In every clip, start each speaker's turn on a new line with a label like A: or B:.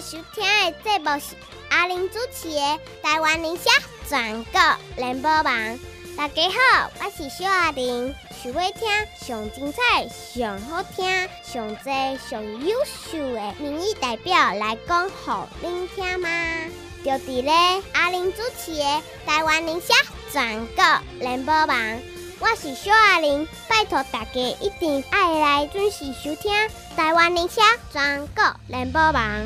A: 收听的节目是阿玲主持的台湾理想全国联播网。大家好，我是小阿玲，想要听上精彩、上好听、上多、上优秀的民意代表来讲予您听吗？就伫咧阿玲主持的台湾理想全国联播网。我是小阿玲，拜托大家一定要来准时收听台湾理想全国联播网。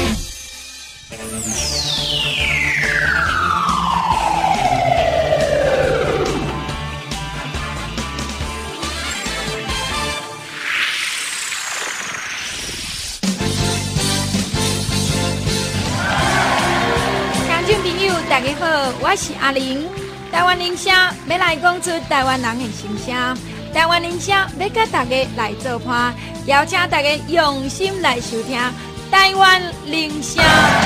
B: 听众朋友，大家好，我是阿玲。台湾人声要来讲出台湾人的心声，台湾人声要甲大家来做伴，邀请大家用心来收听台湾人声。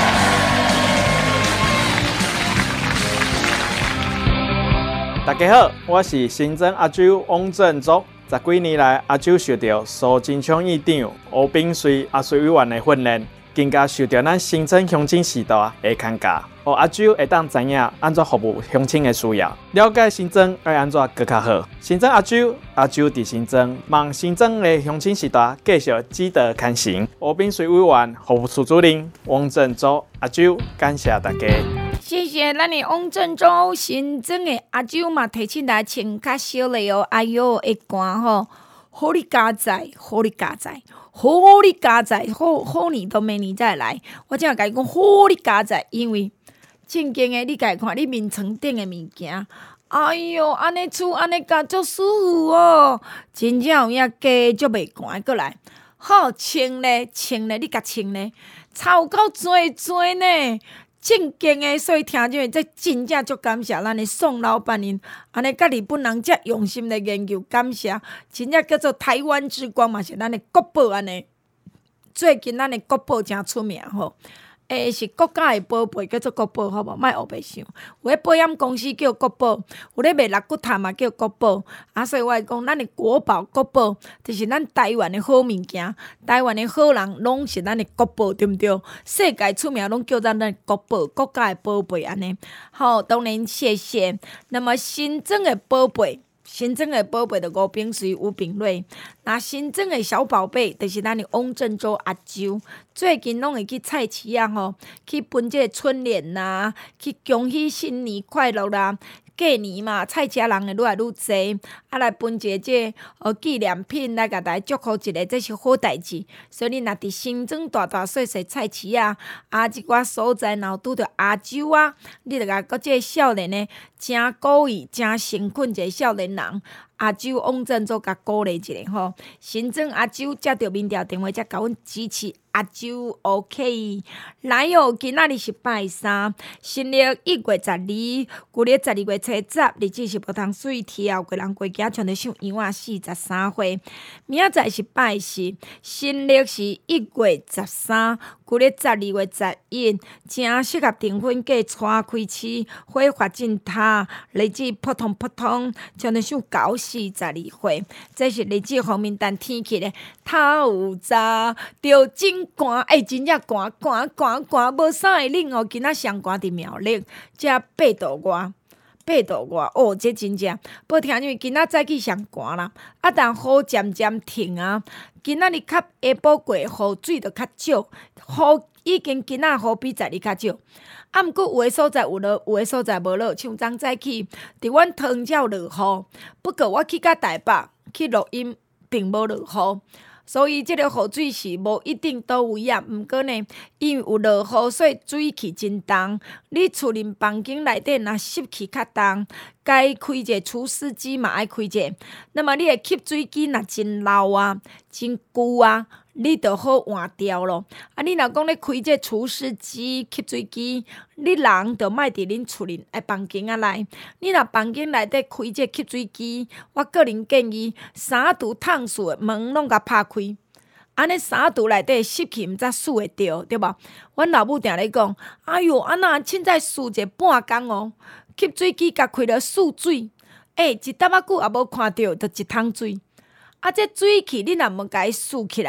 C: 大家好，我是新增阿周王振祖。10几年来，阿周受到苏贞昌议长吴秉叡阿水委员的训练，更加受到咱新增乡亲时代的看教。阿周会当知影安怎服务乡亲的需要，了解新增要安怎更较好。新增阿周伫新增，望新增的乡亲时代继续积德看行。吴秉叡委员、服务处主任王振祖阿周，感谢大家。
B: 谢谢咱的王振祖，新增的阿周嘛提起来穿较少的哦，哎哟，会寒吼，好你加载，好你加载。好你加载，好年都明年再来。我只甲你讲，好你加载，因为正经的，你家看你面床顶的物件，哎哟，安尼厝安尼加足舒服哦，真正有影加足袂寒过来。好穿咧，你甲穿咧，臭够多呢。正经的，所以听众这真正足感谢咱的宋老板因，安尼甲日本人遮用心来研究，感谢，真正叫做台湾之光嘛，是咱的国宝安尼。最近咱的国宝真出名吼，是国家的宝贝，叫做国宝，好无？莫黑白想。有咧保险公司叫国宝，有咧卖肋骨头嘛叫国宝，所以我会讲，咱的国宝国宝，就是咱台湾的好物件，台湾的好人拢是咱的国宝，对毋对？世界出名拢叫咱的国宝，国家的宝贝安尼。好，当然谢谢。那么新增的宝贝。新增的宝贝就吴秉叡、吴秉叡，那新增的小宝贝就是咱的王振祖阿周。最近拢会去菜市啊吼，去分这个春联呐，去恭喜新年快乐啦。过年嘛，菜市人会愈来愈侪，来分一个纪念品来甲大家祝福一下，这是好代志。所以你若伫新庄大细细菜市啊，一寡所在若有拄着阿周啊，你着甲这个少年呢，真鼓励、真诚恳一个少年人。阿周王振祖甲鼓励一下吼，新庄阿周接到民调电话，才甲阮支持阿周 OK。来哦，今仔日是拜三，新历1月12，旧历12月初10，日子是无通水跳，过人过家穿着上羊仔43岁。明仔载是拜四，新历是1月13，旧历12月11，正适合订婚嫁娶开市，火发进塔，日子扑通扑通，穿着上92岁。这是日子方面，但天气咧透早着真寒，真正寒，无啥会冷哦。今仔上寒伫苗栗，遮8度外哦，这真正。不过听因为今仔早起上寒啦，但雨渐渐停啊。今仔日较下晡过，雨水就较少，雨已经今仔雨比昨日较少。毋过有的所在有落，有的所在无落。像昨早起，伫阮塘才有落雨。不过我去到台北去录音，并无落雨。所以这个雨水是无一定倒位啊，毋过呢，因为有落雨，所以水气真重。你厝里房间内底若湿气较重，该开一个除湿机嘛，爱开一个。那么你的吸水机若真老啊，真旧啊，你就好换掉咯。你若讲咧开这除湿机、吸水机，你人就莫伫恁厝里房间仔内。你若房间内底开这吸水机，我个人建议3度烫树的门拢甲拍开。安尼3度内底湿气毋则输会着，对无？阮老母定咧讲，哎哟，那凊彩输一半工哦，吸水机甲开了输水，一搭仔久也无看到，就一桶水。这水气你若无甲伊输起来，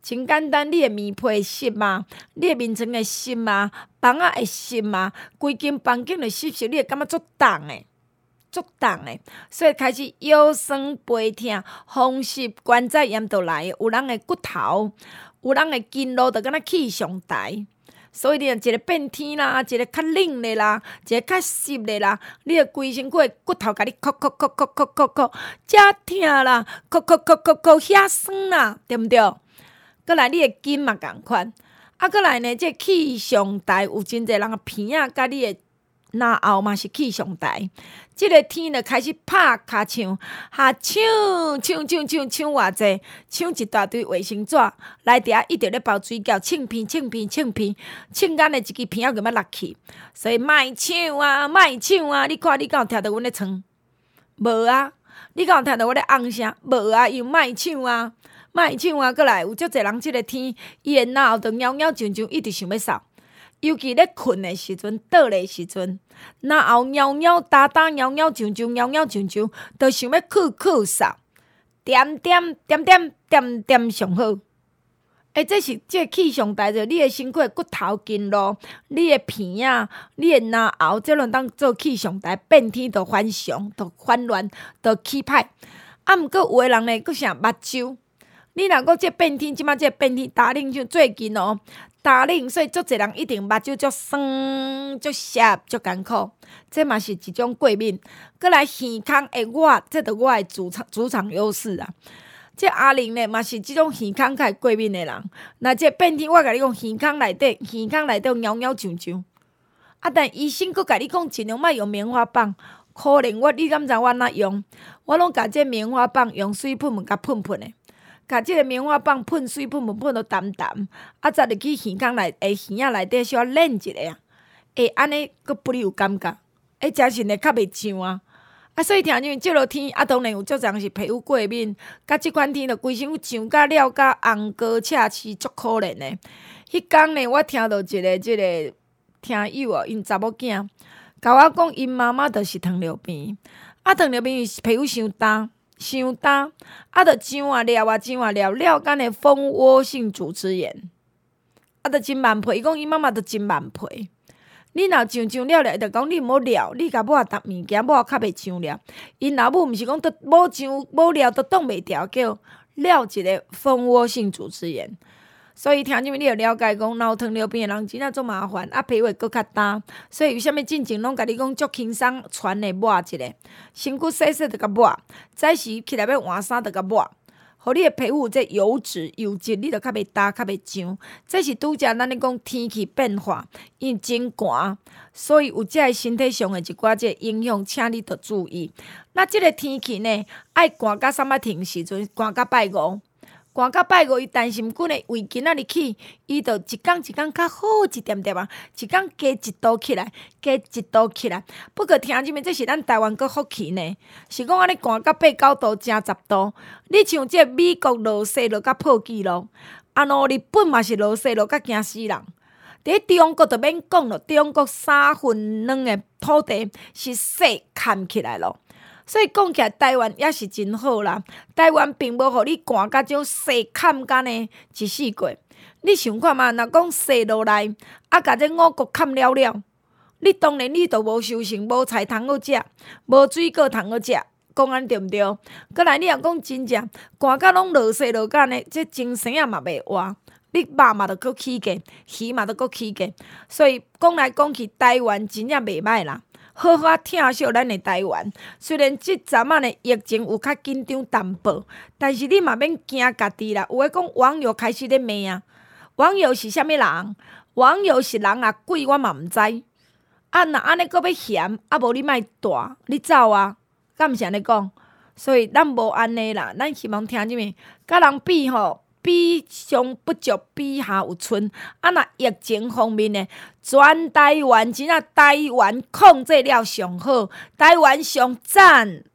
B: 真简单，你的面皮会湿嘛，你的面床会湿嘛，房仔会湿嘛，规间房间就湿湿，你会感觉足重的，足重的，所以开始腰酸背痛，风湿关节炎就来，有人的骨头，有人的筋络，就敢若气上台。所以你一个变天啦，一个较冷的啦，一个较湿的啦，你的规身躯的骨头甲你磕，遮痛啦，磕，遐酸啦，对毋对？过来，你的筋嘛共款，过来呢，这气上台有真侪人鼻仔甲你的脑后嘛是气上台，即个天就开始拍骹枪，抢偌济，抢一大堆卫生纸，来伫遐一直咧包水饺，呛鼻，呛干的一支鼻仔就要落去，所以莫抢啊！你看你敢有听到阮咧唱？无啊！你敢有听到我咧昂声？无啊！又莫抢啊！过来有足侪人即个天，伊的脑就袅上，一直想要扫。尤其咧困的时阵、倒的时阵，脑后袅打上，就想要酷扫，点上好。这是这气上台着，你的身躯的骨头筋络，你的鼻仔，你的脑后，这拢当做气上台，变天就反常，就反乱，就起歹。毋过有的人呢，佫啥目睭？你若讲这变天，即摆这变天，打冷像最近打冷，所以足侪人一定目睭足酸、足涩、足艰苦，这嘛是一种过敏。过来耳孔会热，这着我的主场优势啊。这阿玲呢，嘛是即种耳孔较会过敏的人。那这变天，我甲你讲，耳孔内底袅上。但医生佫甲你讲，尽量莫用棉花棒。可能你敢知我哪用？我拢甲这棉花棒用水喷甲喷的。甲即个棉花棒喷水喷到淡，再入去耳孔内耳仔内底小冷一下啊，会安尼佫不哩有感觉，真是呢较袂呛啊。所以听见即落天当然有足人是皮肤过敏，甲即款天就规身痒甲了甲红膏赤刺，足可怜的。迄天呢，我听到一个听友因查某囝甲我讲，因妈妈就是糖尿病，糖尿病是皮肤伤干。就痒了干的蜂窝性组织炎，就真慢皮。伊讲伊妈妈就真慢皮。你若痒了，伊就讲你毋好了，你甲抹逐物件抹较袂痒了。因老母毋是讲都抹了都挡袂牢，叫了一个蜂窝性组织炎。所以听你就了解讲，有糖尿病的人真正足麻烦，皮肤会佫较干。所以有啥物进前拢甲你讲足轻松，传的抹一个，身躯洗就甲抹，早时起来要换衫就甲抹，互你的皮肤有这油脂，你就较袂焦，较袂痒。这是拄则咱咧讲天气变化，因真寒，所以有这身体上的一寡这影响，请你着注意。那这个天气呢，爱寒到啥物停时阵，寒到拜五。寒到拜五，伊担心骨呢，为今仔日起，伊就一天较好一点点啊，一天加1度起来，不过听这是咱台湾个福气呢，是讲安尼寒到8、9度，正10度。你像这美国落雪落甲破纪录，日本嘛是落雪落甲惊死人。伫中国就免讲咯，中国2/3的土地是雪砍起来咯。所以讲起来，台湾也是真好啦。台湾并无互你寒甲种雪砍干呢一世过。你想看嘛？若讲雪落来，甲这5谷砍了，你当然你就无收成，无菜通好食，无水果通好食，讲安对毋对？过来你若讲真正寒甲拢落雪落干呢，这精神也嘛袂活，你肉嘛着佫起价，鱼嘛着佫起价。所以讲来讲去，台湾真正袂歹啦。好好疼惜咱的台湾，虽然即阵仔呢疫情有较紧张淡薄，但是你嘛免惊家己啦。有诶讲网友开始咧骂啊，网友是啥物人？网友是人啊鬼，我嘛毋知。若安尼佫要嫌，无你莫大，你走啊！敢毋是安尼讲？所以咱无安尼啦，咱希望听即物，甲人比吼。比上不足，比下有春。若疫情方面呢，全台湾真正台湾控制了上好，台湾上赞。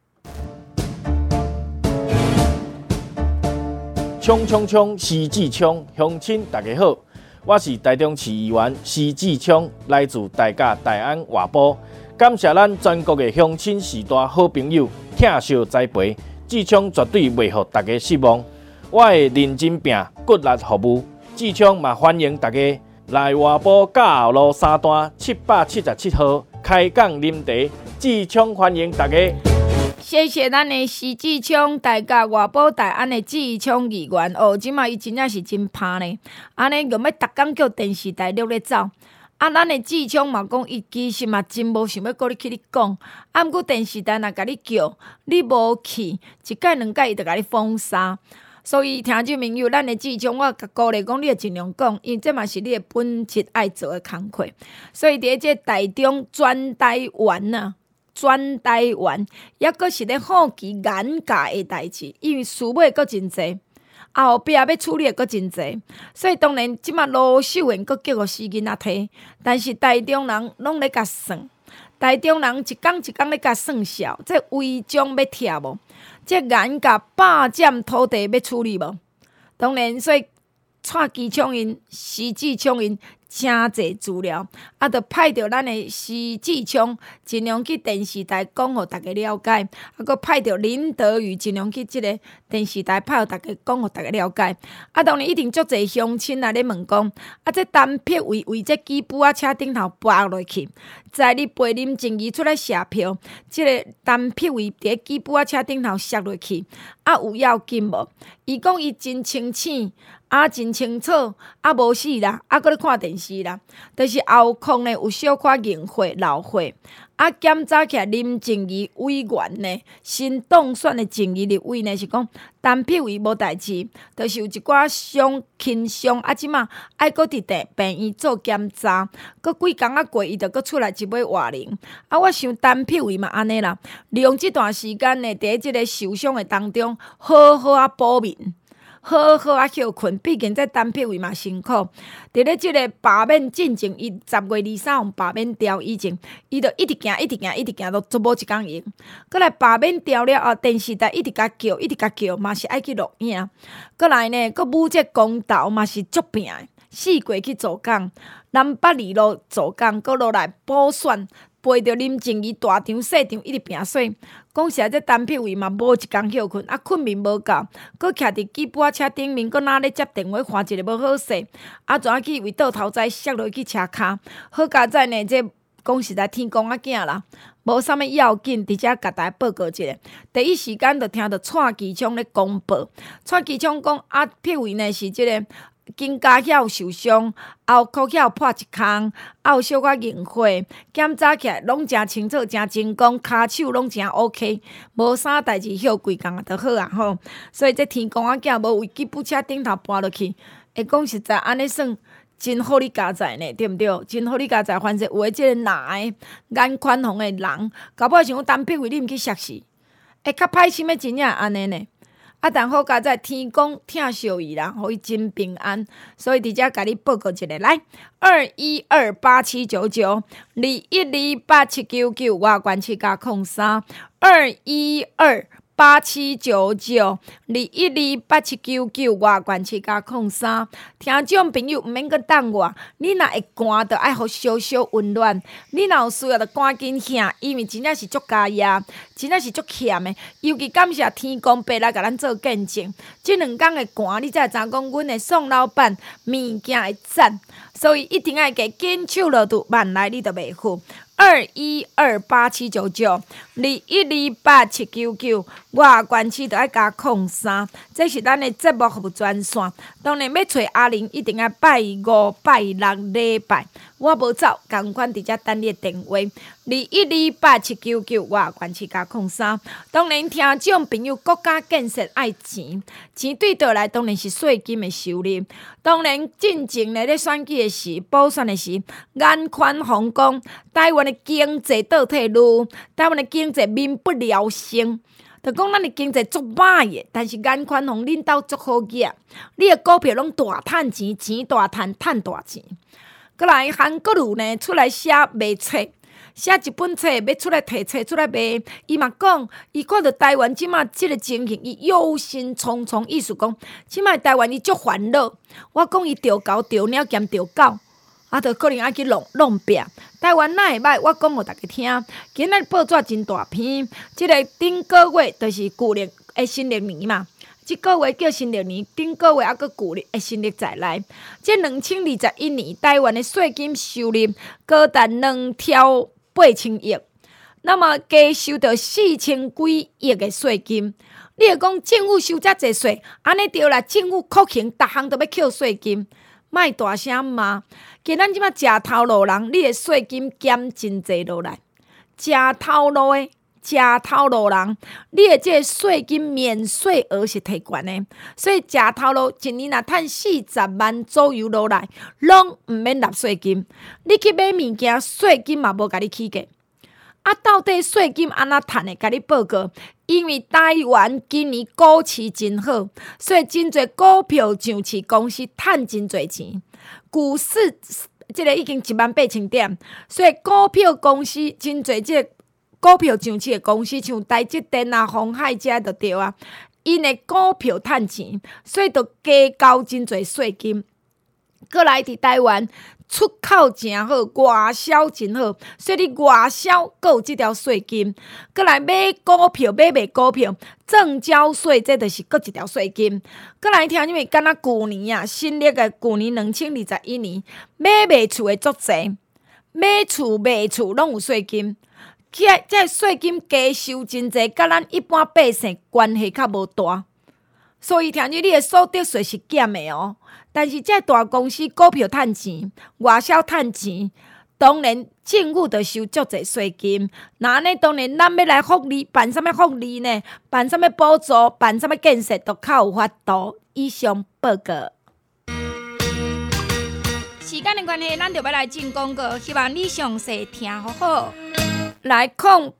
D: 冲，施志聪，乡亲大家好，我是台中市议员施志聪，来自大甲大安外埔，感谢咱全国的乡亲时代好朋友疼惜栽培，志聪绝对袂互大家失望。我会认真拼， 骨力服务。志昌嘛欢迎大家来外埔嘉后路3段777号开讲啉茶。志昌欢迎大家。
B: 谢谢咱的徐志昌，大家外埔大安的志昌议员哦，即马伊真正是真拍呢，安尼用要逐工叫电视台录咧走。啊，咱的志昌嘛讲，伊其实嘛真无想要搁你去你讲，啊，毋过电视台若甲你叫，你无去，一届两届伊就甲你封杀。所以听众朋友，咱的志昌，我鼓励讲，你要尽量讲，因为这嘛是你的本职爱做的工课。所以伫即台中全台湾啊。全台湾，抑阁是咧好奇眼界的代志，因为事尾阁真济，后壁要处理的阁真济，所以当然即马罗秀燕阁叫互死囡仔摕，但是台中人拢咧甲算，台中人一工一工咧甲算数，这违章要拆无？这眼界霸占土地要处理无？当然，所以蔡其昌因、徐志昌因。真侪资料，啊，着派着咱的徐志昌，尽量去电视台讲，互大家了解；啊，佮派着林德宇，尽量去即个电视台派互大家讲，互大家了解。啊，当然一定足侪乡亲来咧问讲，啊，这单票为这机补啊车顶头拔落去，在你陪林静怡出来写票，即个单票伫咧机补啊车顶头摔落去，啊，有要紧无？伊讲伊真清醒。啊，真清楚，啊无死啦，啊，搁咧看电视啦，就是后空呢有小可硬化、老化，啊，检查起来林静怡委员呢，新当选的静怡立委呢是讲单票伊无代志，就是有一寡伤轻伤，啊，即马爱搁伫病院做检查，搁几工仔过，伊就搁出来一尾活灵。啊，我想单票伊嘛安尼啦，利用即段时间呢，伫即个受伤的当中，好好啊补眠。好好啊休困，毕竟这单票位嘛辛苦。伫咧即个罢免进程，伊10月23号罢免掉以前，伊就一直行，都做无一工赢。过来罢免掉了后，电视台一直甲叫，嘛是爱去录影。过来呢，搁武这公道嘛是足拼的，四过去做工，南北二路做工，搁落来补选。陪着林静怡大场细场一直拼水，讲实在这单票位嘛无一工休困，啊困眠无够，搁徛伫机补车顶面，搁哪咧接电话换一个无好势，啊怎啊去为倒头栽摔落去车骹，好佳哉呢？这讲实在天公仔囝啦，无啥物要紧，直接甲大家报告一下。第一时间就听到蔡其昌咧公布，蔡其昌讲啊票位呢是即个。肩胛遐受伤，后裤遐破一空，有小可硬化，检查起来拢真清楚、真成功，骹手拢真 OK， 无啥代志，休规工就好啊吼。所以这天公仔囝无为吉普车顶头搬落去，会讲实在安尼算真好哩家在呢，对毋对？真好哩家在，凡是有诶即个哪个眼宽宏诶人，搞不好想讲单票位你毋去摔死，会较歹心诶真正安尼呢。啊，但好佳哉天公疼惜伊啦，互伊真平安，所以伫遮甲你报告一下，来212879921287999外关七加03 212879921287999外关七加03，听众朋友毋免阁等我，你若会寒，就爱互小小温暖；你若有需要，就赶紧响，因为真正是足加压，真正是足欠的。尤其感谢天公伯来甲咱做见证，即2天的寒，你才会知影讲阮的宋老板物件会赞，所以一定要加紧手落肚，万来你就袂赴。212879921287999，外关市就爱加03，这是咱的节目服务专线。当然要找阿玲，一定要拜5、拜6礼拜。我无走，共款伫遮等你的电话，2128799外关市加03。当然，听众朋友，国家建设爱钱，钱对倒来当然是税金的收入。当然，进前咧选举的时、补选的时，眼宽宏讲台湾的经济倒退路，台湾的经济民不聊生。就讲咱的经济足歹的，但是眼宽宏领导足好业，你的股票拢大趁钱，钱大趁，趁大钱。过来韩国瑜呢出来写卖册，写一本册要出来提册出来卖，伊嘛讲，伊看到台湾即马即个情形，伊忧心忡忡，意思讲，即马台湾伊足烦恼。我讲伊钓狗、钓鸟兼钓狗，啊，就可能爱去弄壁。台湾哪会歹？我讲互大家听，今仔报纸真大篇，即个顶个月就是旧历的新历年嘛。 即个月叫新历年，顶个月还佫旧历的新历再来。即2021年，台湾的税金收入高达2.8亿，那么加收到4000几亿的税金。你会讲政府收遮济税，安尼对啦，政府酷刑，逐项都要扣税金，莫大声骂。今咱即摆食头路人，你的税金减真济落来，食头路的。食头路人，你的这个税金免税额是提悬的，所以食头路一年若趁40万左右落来，拢毋免纳税金。你去买物件，税金嘛无甲你起价。啊，到底税金安怎趁的？甲你报告，因为台湾今年股市真好，所以真侪股票上市公司趁真侪钱。股市这个已经18000点，所以股票公司真侪这个。股票上市的公司，像台积电啊、鸿海遮就对啊，因的股票趁钱，所以就加交真侪税金。过来伫台湾出口真好，外销真好，所以你外销阁有即条税金。过来买股票、买卖股票，证交税，这就是阁一条税金。过来听，因为敢若旧年啊，新历的旧年2021年，买卖厝的足侪，买厝卖厝拢有税金。这税金加收真济，甲咱一般百姓关系较无大，所以听你的所得税是减的哦。但是这大公司股票趁钱，外销趁钱，当然政府就收足济税金。那安尼当然咱要来福利，办啥物福利呢？办啥物补助？办啥物建设，都较有法度。以上报告。时间的关系，咱就要来进广告，希望你详细听好好。来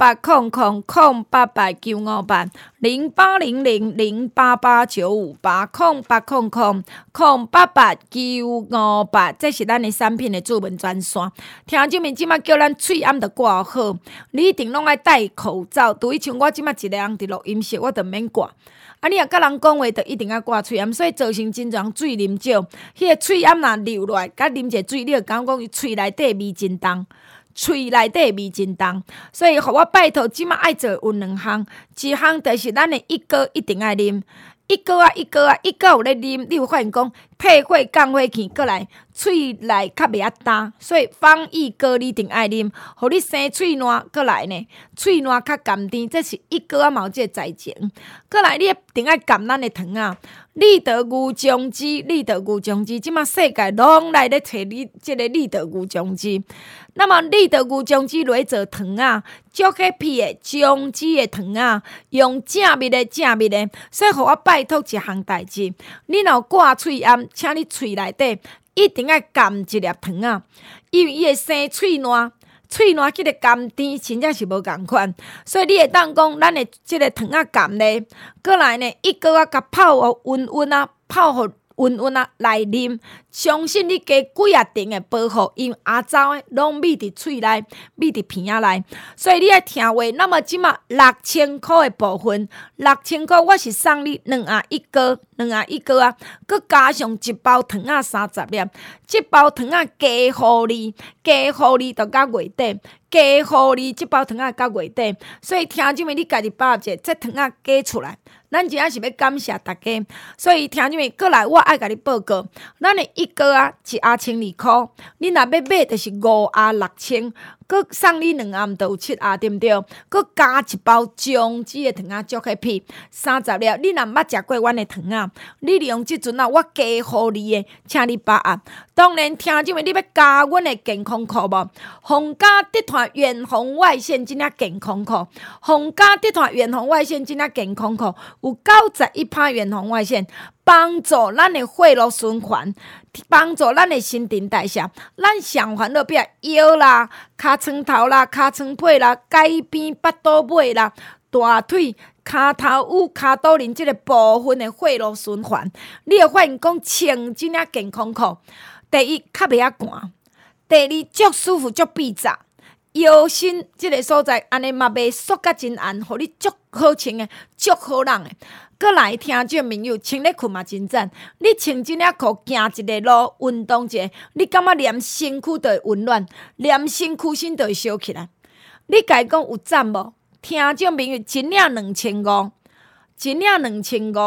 B: 0800088958088895808898，这是咱的产品的主文专线。听众们即马叫咱喙暗着挂好，你一定拢爱戴口罩。除非像我即马一个人伫录音室，我着免挂。啊，你若甲人讲话，着一定要挂喙暗，所以造成真侪水啉少，迄个喙暗若流落来，甲啉者水，你着感觉喙内底味真重。喙内底味真重，所以互我拜托，即马爱做有2项，一项就是咱的一哥一定爱啉，一哥有咧啉，你有发现讲退火降火气过来，喙内较袂干，所以防疫哥你一定爱啉，互你生喙烂过来呢，喙烂较甘甜，这是一哥嘛有这个材情。过来你一定爱含咱的糖啊！立德牛姜汁，即马世界拢来咧找你即个立德牛姜汁。那么立德牛姜汁落做糖啊，足起皮的姜汁的糖啊，用正密的，所以互我拜托一项代志，你若挂喙暗，请你喙内底一定要含一粒糖啊，因为伊会生喙烂。喙烂即个甘甜，真正是无共款，所以你会当讲，咱的即个糖啊含咧，过来呢，一个啊甲泡互温温啊，来啉，相信你加几啊定的保护，因为阿走的拢密伫喙内，密伫鼻仔内，所以你爱听话。那么即马6000块的部分，6000块我是送你2盒一个啊，佮加上一包糖啊30粒，即包糖啊加互你，就到月底。加互你即包糖啊到月底，所以听众们你家己把握者，这糖啊加出来，咱真正是要感谢大家。所以听众们过来，我爱甲你报告，咱的一个啊1盒12块，你若要买就是5盒6000，佮送你2盒，就有7盒，对不对？佮加一包姜汁的糖啊，足起皮30粒。你若毋捌食过阮的糖啊，你利用即阵啊，我加互你的，请你把握。当然，听众们你要加阮的健康课无？皇家集团远红外线真正健康课，皇家集团远红外线真正健康课，有91%远红外线。帮助咱的血液循环，帮助咱的新陈代谢。咱上烦恼比腰啦、尻川头啦、尻川背啦、改边、腹肚尾啦、大腿、骹头有骹肚仁这个部分的血液循环，你会发现讲穿真正健康裤，第一较袂遐寒，第二足舒服足闭扎。腰身这个所在，安尼嘛袂缩甲真暗，互你足好穿的，足好人的。过来听众朋友，穿咧困嘛真赞。你穿这领裤行一个路，运动一下，你感觉连身躯都会温暖，连身躯身都会烧起来。你家讲有赞无？听众朋友，一领2500，一领2500，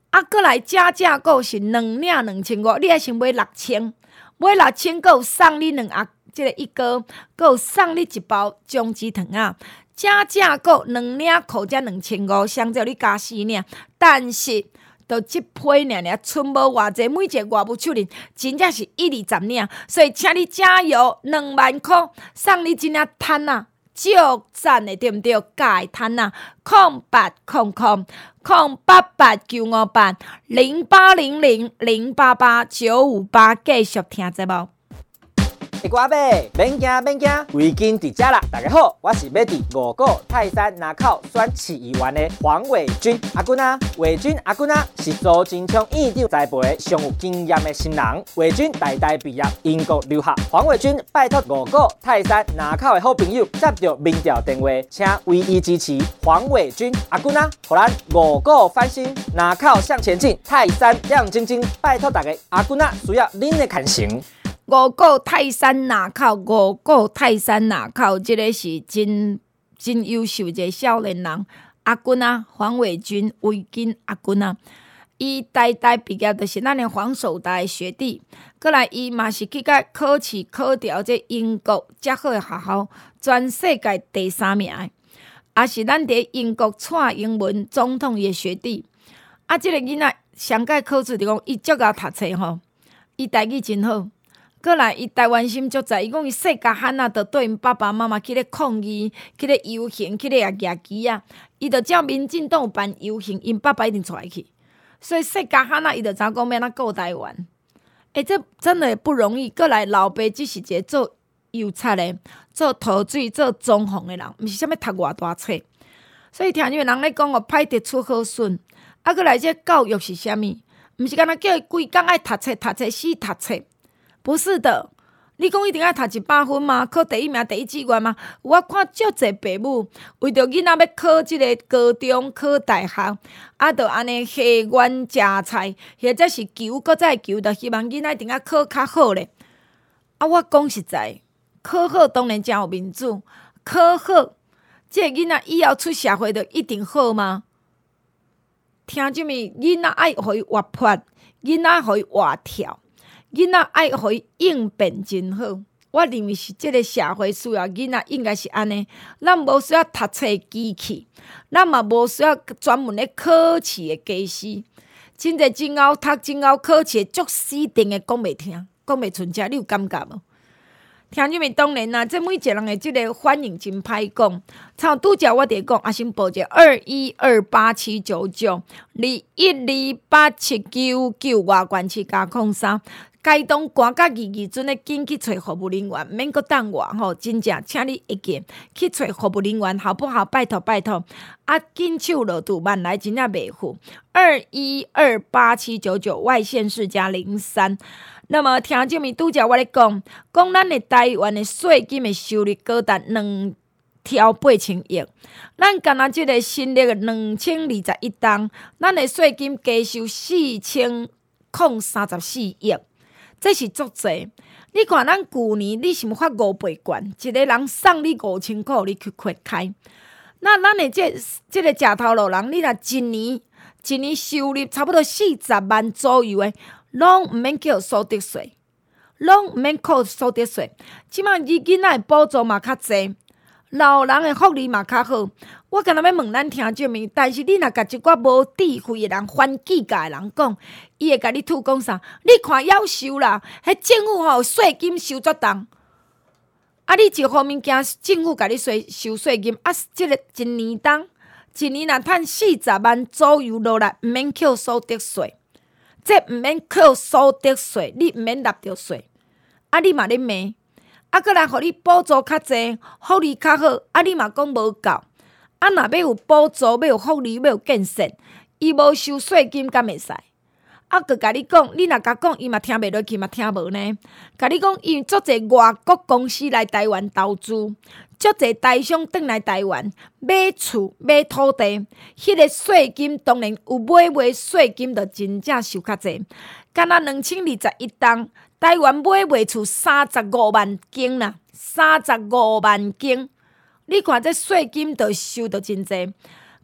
B: 过来加价购是2领2500，你还先买6000，买6000够送你这个一个，够送你一包姜子糖啊！加价购2领扣才2500，相较你加4领，但是就这批尔，剩无偌济，每一个外母手里真正是120领，所以请你加油，2万块送你一领摊啊！足赞的对毋对？加摊啊！08000808000800088958，继续听节目。
E: 地瓜贝，免惊免惊，围巾伫遮啦！大家好，我是要伫五股泰山南口选市议员的黄伟军阿君啊。伟军阿君啊，是苏贞昌院长栽培上有经验的新人。伟军代代毕业，英国留学。黄伟军拜托五股泰山南口的好朋友接到民调电话，请唯一支持黄伟军阿君啊，互咱五股翻新，南口向前进，泰山亮晶晶。拜托大家，阿君啊，需要恁的牵成。
B: 五股泰山南口，五股泰山南口，这个是真优秀一个少年人。阿君啊，黄伟军、伟军阿君啊，伊代代毕业就是咱的黄守达的学弟。过来，伊嘛是去甲考试考调这英国较好的学校，全世界第3名的，也是咱伫英国蔡英文总统的学弟。啊，这个囡仔上届考试就讲，伊足够读册吼，伊台语真好。过来，伊台湾心足在，伊讲伊细家汉啊，着对因爸爸妈妈去咧抗议，去咧游行，去咧举旗啊。伊着只要民进党有办游行，因爸爸一定出来去。所以细家汉啊，伊着知影讲要哪顾台湾。这真的不容易。过来，老爸只是一个做油漆的，做陶水、做装潢的人，毋是啥物读偌大册。所以听有人咧讲哦，歹得出好笋。啊，过来这教育是啥物？毋是干那叫伊规工爱读册，死读册。不是的，你讲一定要读100分吗？考第1名、第1志愿吗？我看足侪父母为着囡仔要考即个高中、考大学，啊，着安尼下院食菜，或者是求，搁再求，着希望囡仔一定要考较好咧。啊，我讲实在，考好当然真有面子，考好，即个囡仔以后出社会着一定好吗？听什么？囡仔爱互伊活泼，囡仔互伊活跳。囡仔爱互伊应变真好，我认为是即个社会需要囡仔应该是安尼。咱无需要读册机器，咱嘛无需要专门咧考试的教师。真侪真敖读真敖考试足死定的讲袂听，讲袂出声，你有感觉无？听入面当然啦，这每一个人的即个反应真歹讲。像拄则我伫讲，阿先报者21287992128799外关市加03。该当赶甲2准的紧去找服务人员，免阁等我吼，真正请你一见去找服务人员，好不好？拜托拜托，啊，紧手落肚，万来真正袂赴。21287992外县市加03。那么听这面拄则我咧讲咱的台湾的税金的收入高达2.8亿，咱干那即个新历的2021档，咱的税金加收4034亿。这是足济，你看咱旧年你是毋发5倍券，一个人送你5000块，你去豁开。那咱的这个食头路人，你若一年收入差不多40万左右的，拢毋免缴所得税，拢毋免扣所得税。即摆囡仔的补助嘛较济，老人的福利嘛较好。我干那要问咱听众面，但是你若甲一寡无智慧的人、反计价的人讲，伊会甲你吐讲啥？你看夭寿啦，迄政府吼税金收足重。啊，你一方面惊政府甲你收税金，啊，即个一年当一年若趁40万左右落来，毋免扣所得税。这毋免扣所得税，你毋免纳着税。啊，你嘛咧骂，啊，搁来互你补助较济，福利较好，啊，你嘛讲无够。啊，若要有补助，要有福利，要有建设，伊无收税金，敢会使？啊，佮甲你讲，你若甲讲，伊嘛听袂落去，嘛听无呢。甲你讲，因足侪外国公司来台湾投资，足侪台商转来台湾买厝、买土地，迄个税金当然有买税金，就真正收较济。敢若2021档，台湾买厝35万间啦，35万间。你看这税金就收到真济，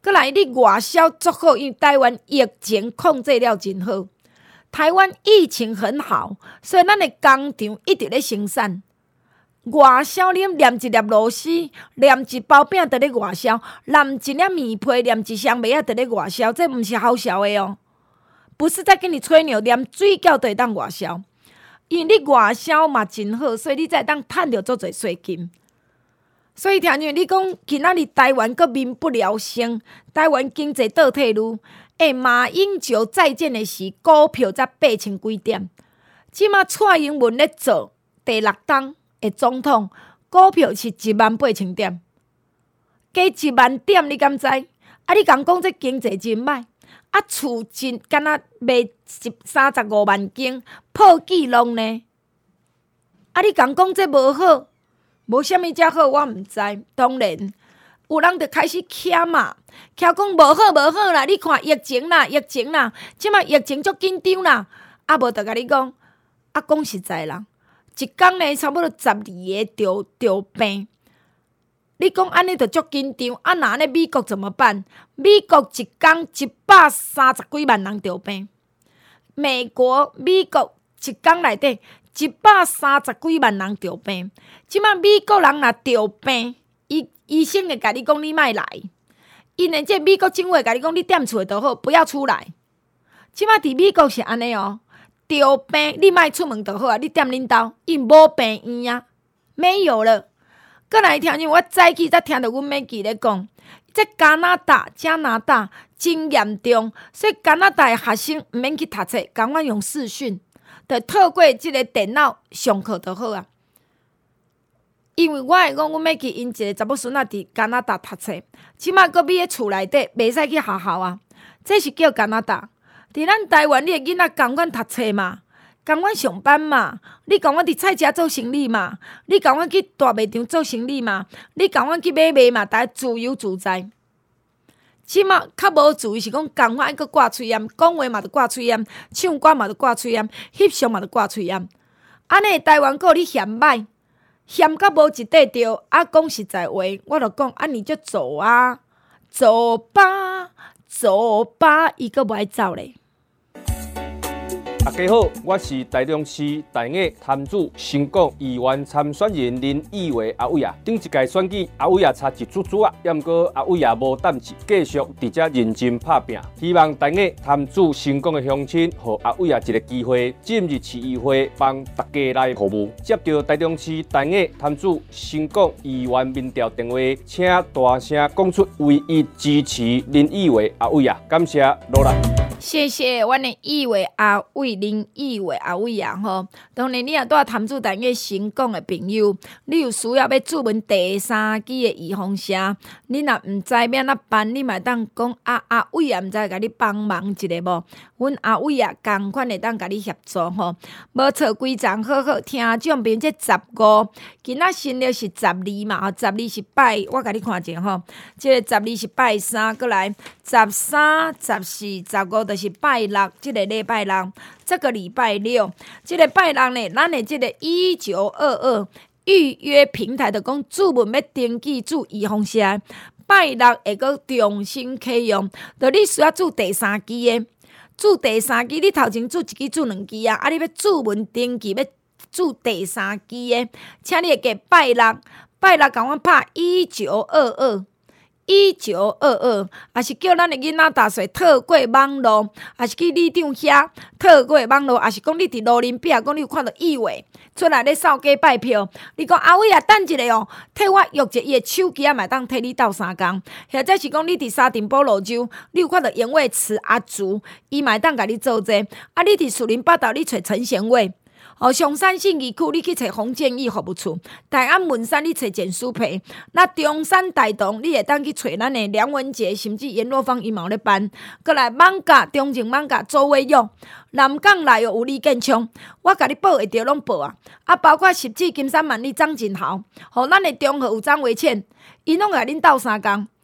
B: 过来你外销足好，因为台湾疫情控制了真好，台湾疫情很好，所以咱的工厂一直咧生产。外销你念一粒螺丝，念一包饼就咧外销，念一粒面皮，念一箱麦仔就咧外销，这毋是好销的哦，不是在跟你吹牛，念水饺就会当外销。因为你外销嘛真好，所以你才当趁到足侪税金。所以听见你讲，今仔日台湾阁民不聊生，台湾经济倒退路。马英九再见的时，股票才8000几点。即马蔡英文咧做第6档的总统，股票是18000点，加1万点，你敢知？你讲这经济真歹，厝真敢若卖35万间，破纪录呢？你讲这无好？无啥物才好，我毋知。当然，有人就开始徛嘛，徛讲无好无好啦！你看疫情啦，即马疫情足紧张啦。无就甲你讲，讲实在啦，一工呢差不多12个着病。你讲安尼就足紧张，那安尼美国怎么办？美国一工130几万人着病。美国一工内底130几万人着病。即马美国人若着病，医生会甲你讲你莫来，因为这美国政府会甲你讲你踮厝就好，不要出来。即马伫美国是安尼哦，着病你莫出门就好啊，你踮恁兜，因无病院啊，没有了。过来听见我早起才听到阮妹记咧讲，这加拿大真严重，所以加拿大的学生毋免去读册，赶快用视讯，就透过即个电脑上课就好啊。因为我会讲，阮要去因一个查某孙仔伫加拿大读册，即马搁比咧厝内底，袂使去学校啊。这是叫加拿大。伫咱台湾，你的囡仔共阮读册嘛，共阮上班嘛，你共阮伫菜市做生意嘛，你共阮去大卖场做生意嘛，你共阮去买卖嘛，大家自由自在。即马较无自由是讲，共款爱搁挂喙炎，讲话嘛着挂喙炎，唱歌嘛着挂喙炎，翕相嘛着挂喙炎。安尼台湾搁你嫌歹。嫌到无一块着，讲实在话，我就讲，你就走啊，走吧，走吧，伊阁无爱走咧。
D: 大家好，我是台中市大雅潭子成功议员参选人林义伟阿伟啊。顶一届选举，阿伟啊差一组组啊，也毋过阿伟啊无胆气，继续伫遮认真拍拼。希望大雅潭子成功的乡亲，予阿伟啊一个机会，进入市议会帮大家来服务。接到台中市大雅潭子成功议员民调电话，请大声讲出唯一支持林义伟阿伟啊，感谢罗兰。
B: 谢谢阮的议员阿伟林议员阿伟啊吼，当然你也住潭子大雅成功的朋友，你有需要要注文第3支的预防针，你若毋知要怎办，你嘛当讲阿伟啊，毋知甲你帮忙一下无？阮阿伟啊，共款会当甲你协助吼。无错规章好好，听众朋友这15，今仔新历是12嘛，12是拜，我甲你看者吼，这个12是拜3，过来13、14、15就是拜6，这个礼拜6，这个礼拜6，这个拜6呢，咱的这个1922预约平台就讲注文要登记注预防针，拜6会阁重新启用，就你需要注第3支的。注第3支，你头前注1支、注2支啊！你要注文登记，要注第3支的，请你会记拜6，甲我拍1922，也是叫咱的囡仔大细透过网络，也是去里长遐透过网络，也是讲你伫路林边，讲你有看到议员出来咧扫街拜票，你讲阿伟啊，等一下哦，替我约一伊的手机啊，嘛当替你斗3工，或者是讲你伫沙丁堡路州，你有看到严伟慈阿竹，伊嘛当甲你做这，你伫树林北道，你找陈贤伟。上山信义区你去找洪建义服务处，大安文山你找简书培，那中山大同你会当去找咱的梁文杰，甚至阎罗芳伊嘛有咧办。过来艋舺中正艋舺周伟勇，南港内有李建昌，我甲你报会着拢报啊。包括十指金山万里张锦豪，咱的中和有张维倩，因拢甲恁斗3工。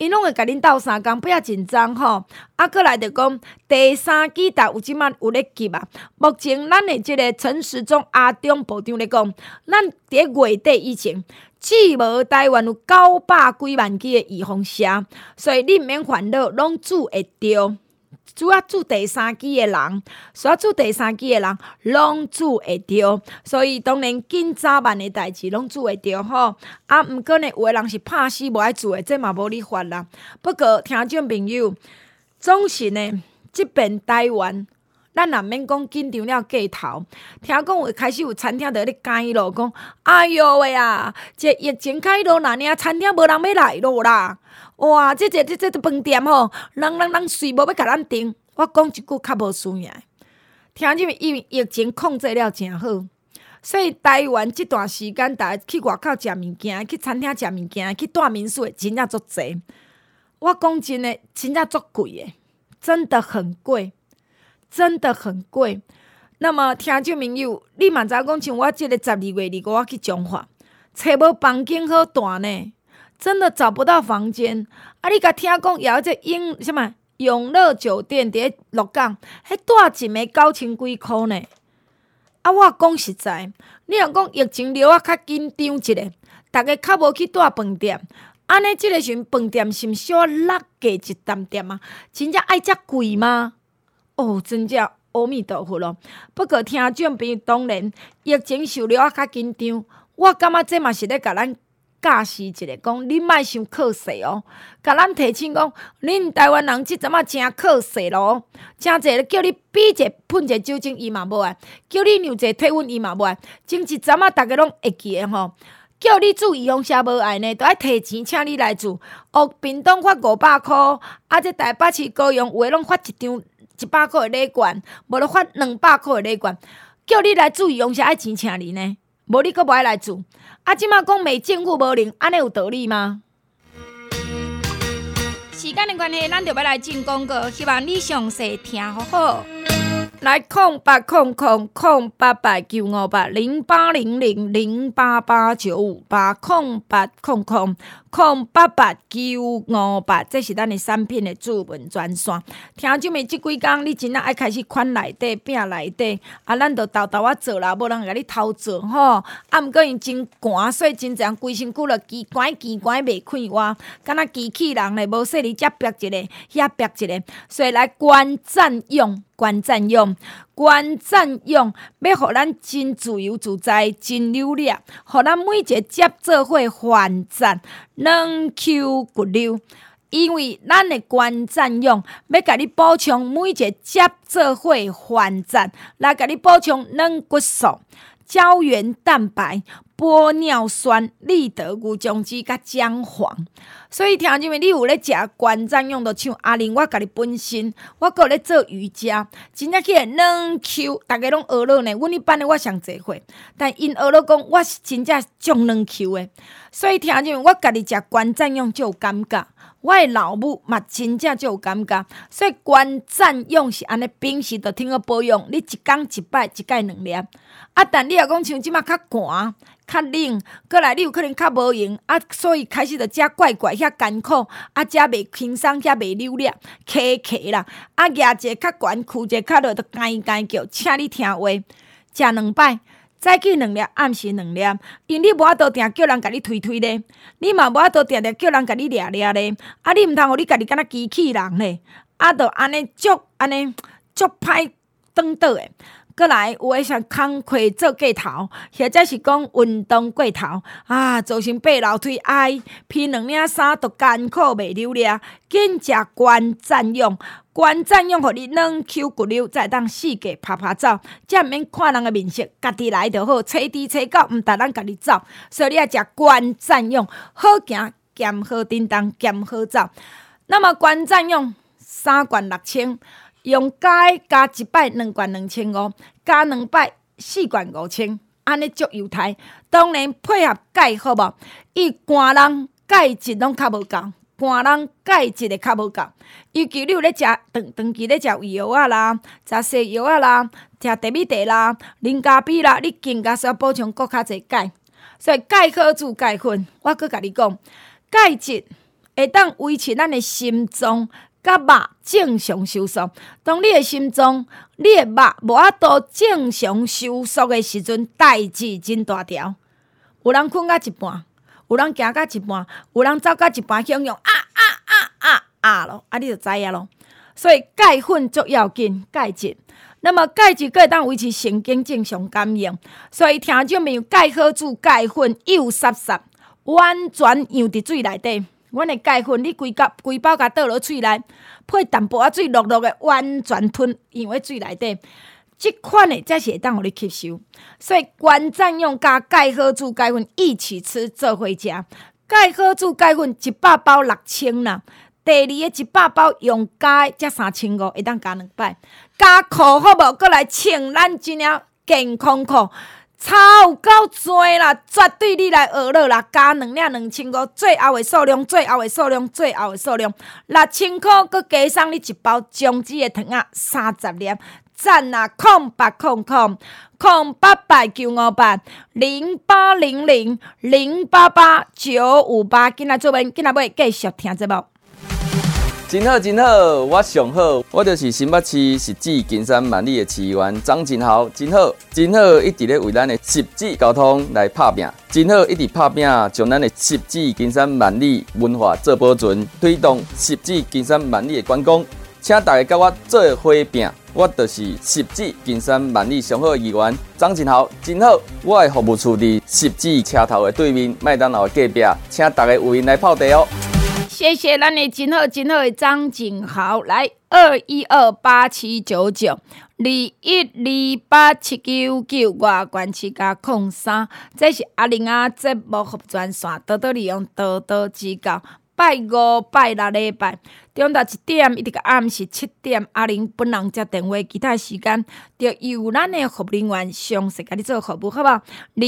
B: 因拢会甲恁斗3工，不要紧张吼。过来就讲第3季有即马有咧急啊。目前咱的即个陈时中阿中部长咧讲，咱伫月底以前，至无台湾有900几万支的预防车，所以你毋免烦恼，拢煮会着。主要煮第3支的人，所以煮第3支的人拢煮会着，所以当然紧早晚的代志拢煮会着吼。毋过呢，有的人是怕死无爱做的，这嘛无你法啦。不过听众朋友，总是呢，即边台湾，咱也免讲紧张了过头。听讲有开始有餐厅伫咧改咯，讲哎哟喂啊，这疫情开落哪呢？餐厅无人要来咯啦。哇！这饭店吼，人随无要甲咱订。我讲一句较无输赢，听因为疫情控制了真好，所以台湾这段时间，大家去外口食物件，去餐厅食物件，去住民宿的真正足济。我讲真的，真正足贵的，真的很贵，真的很贵。那么听众朋友，你嘛知讲像我这个12月25我去中华，找无房间好住呢。真的找不到房间你甲听讲也有这永乐酒店伫鹿港，迄住一暝9000几箍呢。我讲实在，你若讲疫情了较紧张一下，大家较无去住饭店，安尼即个时阵饭店是毋是小落价一淡点啊？真正爱遮贵吗？真正阿弥陀佛咯。不过听众朋友，当然疫情受了较紧张，我感觉这嘛是咧甲咱教示一下，讲恁莫伤靠势哦，甲咱提醒讲，恁台湾人即阵仔真靠势咯，真济叫你比者喷者酒精伊嘛无爱，叫你量者体温伊嘛无爱，前一阵仔大家拢会记诶吼，叫你煮预防车无爱呢，都爱提钱请你来煮，屏东发500箍，这台北市高雄有诶拢发一张100箍诶礼券，无就发200箍诶礼券，叫你来煮预防车爱钱请你呢，无你阁无爱来煮。即马讲美政府无灵，安尼有道理吗？时间的关系，咱就要来进广告，希望你详细听好好。来080008895808889588，这是咱的产品的主文专线。听众们，这几天你真正爱开始款内底饼内底，咱就豆豆做啦，无人甲你偷做吼。毋过因真寒，所以真正规身躯了奇怪袂开活，敢若机器人咧，无说你遮逼一个，遐逼一个，所以来观战用。要互咱真自由自在，真流利，互咱每一个接做伙还战，2Q 骨溜。因为咱的观战用要甲你补充每一个接做伙还战，来甲你补充软骨素、胶原蛋白、玻尿酸、利得牛浆汁甲姜黄。所以听众们，你有咧食观战用，就像阿玲我家己本身，我搁咧做瑜伽，真正去2 Q， 大家拢学了呢。阮迄班的我上侪岁，但因学了讲，我是真正中2 Q 的。所以听众们，我家己食观战用就有感觉，我的老母嘛真正就有感觉。所以观战用是安尼，平时就听个保养，你一工一摆，一盖2粒。但你若讲像即马较寒。较冷，过来你有可能较无用所以开始就食怪怪，遐艰苦，食袂轻松，遐袂流利，咳啦，牙一个较悬，躯一个较落，就干叫，请你听话，食2摆，早起2粒，暗时2粒，因你无法度定叫人甲你推咧，你嘛无法度定叫人甲你掠咧，你毋通互你家己敢若机器人咧，就安尼足歹转倒诶。过来有诶像工课做过头，或者是讲运动过头造成爬楼梯披2领衫都艰苦袂流利，紧食观战用，观战用，互你2 Q 骨溜，再当四界拍走，才毋免看人诶面色，家己来就好，找猪找狗，毋值咱家己走，所以你要食观战用，好行兼好叮当兼好走。那么观战用3罐6000。用钙加1摆2罐2500，加2摆4罐5000，安尼足犹太。当然配合钙好无？伊寒人钙质拢较无够，寒人钙质会较无够。尤其你有咧食长期咧食胃药啦，食西药啦，食地米茶啦，磷咖啡啦，你更加需要补充更较侪钙。所以钙壳煮钙粉，我搁甲你讲，钙质会当维持咱的心脏甲肉正常收缩。当你的心脏、你的肉无法度正常收缩的时阵，代志真大条。有人困到一半，有人行到一半，有人走到一半，汹涌咯，你就知影咯。所以钙粉足要紧，钙质。那么钙质可以当维持神经正常感应，所以听众朋友，钙好煮钙粉幼湿湿，完全养伫水内底。阮的钙粉，你规包甲倒落水内，配淡薄仔水落落的，完全吞养喺水内底。这款的才是会当互你吸收。所以关赞用加钙好煮钙粉一起吃做伙食。钙好煮钙粉100包6000啦。第二个100包用加的才3500，会当加2摆。加裤好无？搁来穿咱真正健康裤，差有够多啦！绝对你来学了啦！加2领2500，最后的数量，6000块，搁加送你1包姜子的糖仔30粒。赞啊！0800-0800-0888-958，今仔做伙，今仔要继续听节目。
F: 真好，我上好，我就是新北市汐止金山万里的市议员张真豪，真好，一直咧为咱的汐止交通来拍拼，真好，一直拍拼，将咱的汐止金山万里文化做保存，推动汐止金山万里的观光，请大家跟我做伙拼。我就是汐止金山万里上好的议员张真豪，真好，我的服务处伫汐止车头的对面，麦当劳的隔壁，请大家有闲来泡茶哦。
B: 谢谢咱的真好的张景豪，来212879921287999外关市加03，这是阿玲啊节目服专线，多多利用，多多指教。拜5、拜6礼拜，中昼1点一直到暗时7点，阿玲本人接电话，其他时间就由咱的服务人员详细甲你做服务，好不好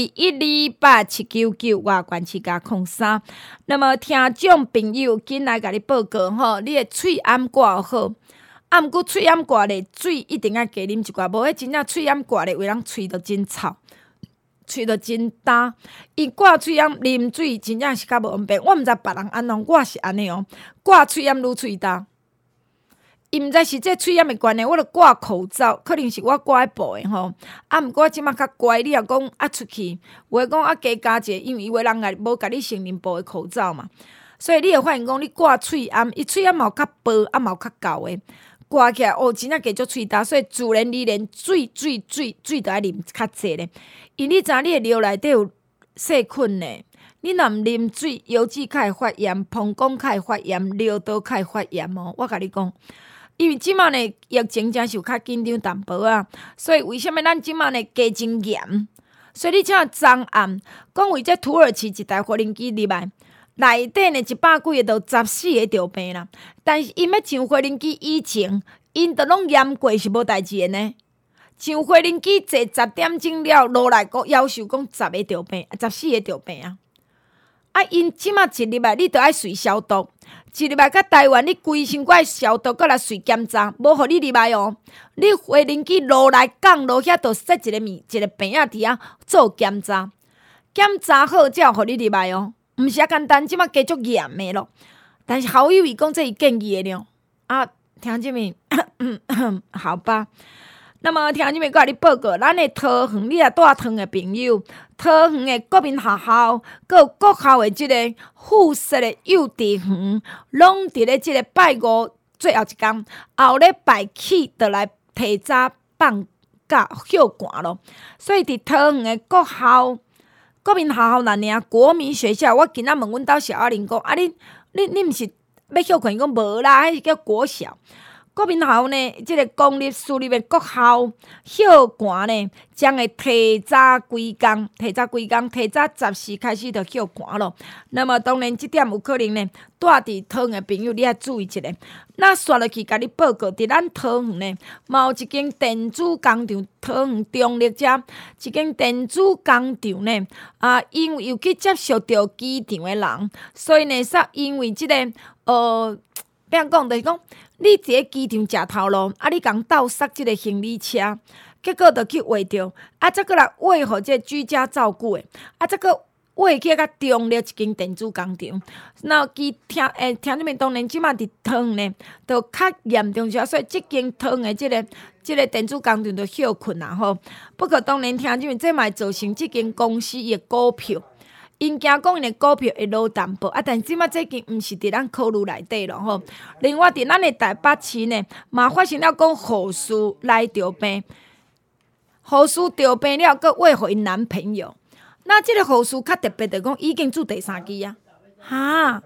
B: ？2128799外关市加03。那么听众朋友，紧来甲你报告吼，你的喙暗挂好，毋过喙暗挂咧水一定要加啉一寡，无迄真正喙暗挂咧，为人喙都真臭。喙就真干，伊挂喙暗啉水真正是较无方便。我毋知别人安怎，我是安尼哦。挂喙暗愈喙干，伊毋知是这喙暗的关系，我著挂口罩，可能是我挂迄部的吼。毋过我即马较乖，你若讲出去，有诶讲加一个，因为有诶人也无甲你成人部的口罩嘛，所以你会发现讲你挂喙暗，伊喙暗嘛有较薄，嘛有较厚诶。挂起来真正加足喙干，所以自然而然水就爱啉较济咧。因你知影你的尿内底有细菌咧，你若毋啉水，腰子较会发炎，膀胱较会发炎，尿道较会发炎哦。我甲你讲，因为即马呢疫情真是有较紧张淡薄啊，所以为什么咱即马呢加真严？所以你像昨暗讲为这土耳其一台无人机入来。内底呢100几个都14个着病啦，但是因要上无人机以前，因都拢验过是无代志的呢。上无人机坐10点钟了，落来个要求讲10个着病，14个着病啊！因即马一入来，你着爱随消毒，一入来甲台湾，你规身躯消毒，搁来随检查，无互你入来哦。你无人机落来降落遐，着设一个病仔伫遐做检查，检查好才互你入来哦。毋是简单，即马加足严的咯。但是好友伊讲这伊建议的了听这面好吧。那么听这面甲你报告，咱的桃园你若住桃的朋友，桃园的国民学校，佮有国校的即个附设的幼稚园，拢伫咧即个拜5最后一天，后礼拜起就来提早放假休寒咯。所以伫桃园的国校。国民学校啦尔，国民学校，我今仔问阮兜小阿玲讲，你毋是要休困？伊讲无啦，迄是叫国小。国民学校呢，即个公立私立的国校休寒呢，将会提早几工，提早14开始就休寒咯。那么当然，即点有可能呢，住伫桃园的朋友，你要注意一下。那刷落去，甲你报告，伫咱桃园呢，嘛有一间电子工厂，桃园中立遮一间电子工厂呢，因为又去接触到机场的人，所以呢，因为即个怎讲，就是讲。你伫咧机场食头路，你共倒塞即个行李车，结果就去画着，再过来画互即个居家照顾的，再过划起较中立一间电子工厂。那听这边当然即马伫汤呢，就较严重些，所以即间汤的即个电子工厂就休困啦吼。不过当然听这边这嘛会造成即间公司的股票。因惊讲因的股票会落淡薄，但即马这间毋是伫咱考虑内底咯吼。另外伫咱的台北市呢，嘛发生了讲护士来调病，护士调病了，佮为互因男朋友。那即个护士较特别，就讲已经做第三期啊，哈。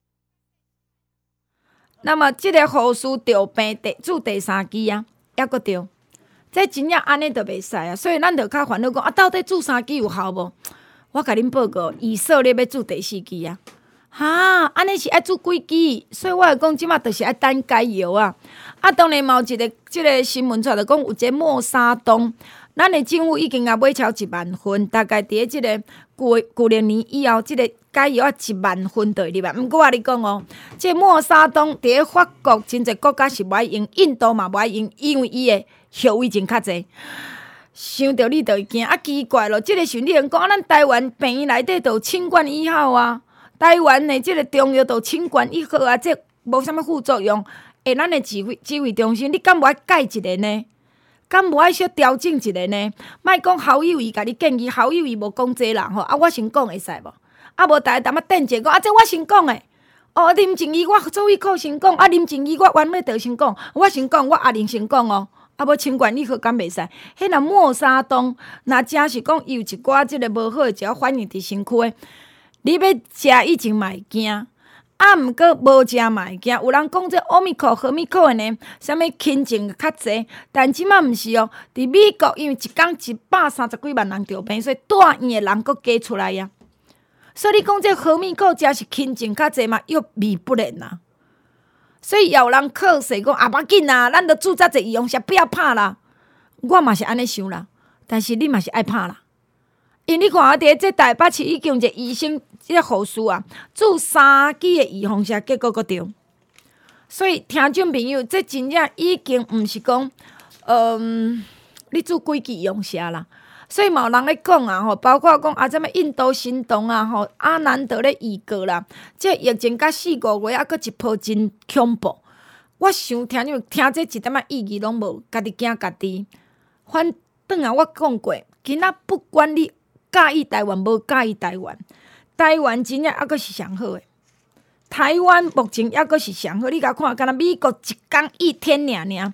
B: 那么即个护士调病做第三期啊，抑佫对，这真正安尼就袂使啊。所以咱就较烦恼讲到底做三期有效无？我甲恁报告，以色列要做第四期啊！哈，安尼是爱做几期？所以我会讲，即马就是爱等加油啊！当然嘛有一个即个新闻出来，就讲有一个默沙东，咱的政府已经也买超1万份，大概伫即个旧历年以后，即个加油1万份就会入来。毋过我你讲哦，即默沙东伫法国真侪国家是无爱用，印度嘛无爱用，因为伊的后遗症较侪。想着你就会惊，奇怪咯！即个时阵你讲咱台湾病院内底就清冠一号啊，台湾的即个中药就清冠一号啊，这无啥物副作用。咱的指挥中心，你敢无爱改一个呢？敢无爱小调整一个呢？莫讲好友伊甲你建议，好友伊无讲这啦吼。我先讲会使无？无大家淡仔等者讲，这我先讲诶。林静怡我做一口先讲，林静怡我完美得先讲，我先讲，我阿玲先讲哦。无清冠一号敢袂使？迄若默沙东，若真是讲有一寡即个无好诶，只要反应伫身躯诶，你要食以前嘛会惊，毋过无食嘛会惊。有人讲这奥密克、和密克诶呢，啥物轻症较济，但即马毋是哦。伫美国，因为一工130几万人着病，所以住院诶人佫加出来啊。所以你讲这和密克真是轻症较济嘛，又弥不能啦。所以有人靠说讲无要紧啦，咱着注册者医用下不要怕啦。我嘛是安尼想啦，但是你嘛是爱怕啦。因为你看伫这台北市已经有一个医生，即个护士啊，注3剂的预防针，结果佫对。所以听众朋友，这真正已经毋是讲，你注几剂预防针啦。所以嘛有人咧讲啊吼，包括讲什么印度行动啊吼，阿南德咧预告啦，这疫情甲4、5月佫一波真恐怖。我想听这一点仔意义拢无，家己惊家己。反转啊，我讲过，今仔不管你介意台湾无介意台湾，台湾真正抑佫是上好诶。台湾目前抑佫是上好，你甲看，敢若美国一天一天尔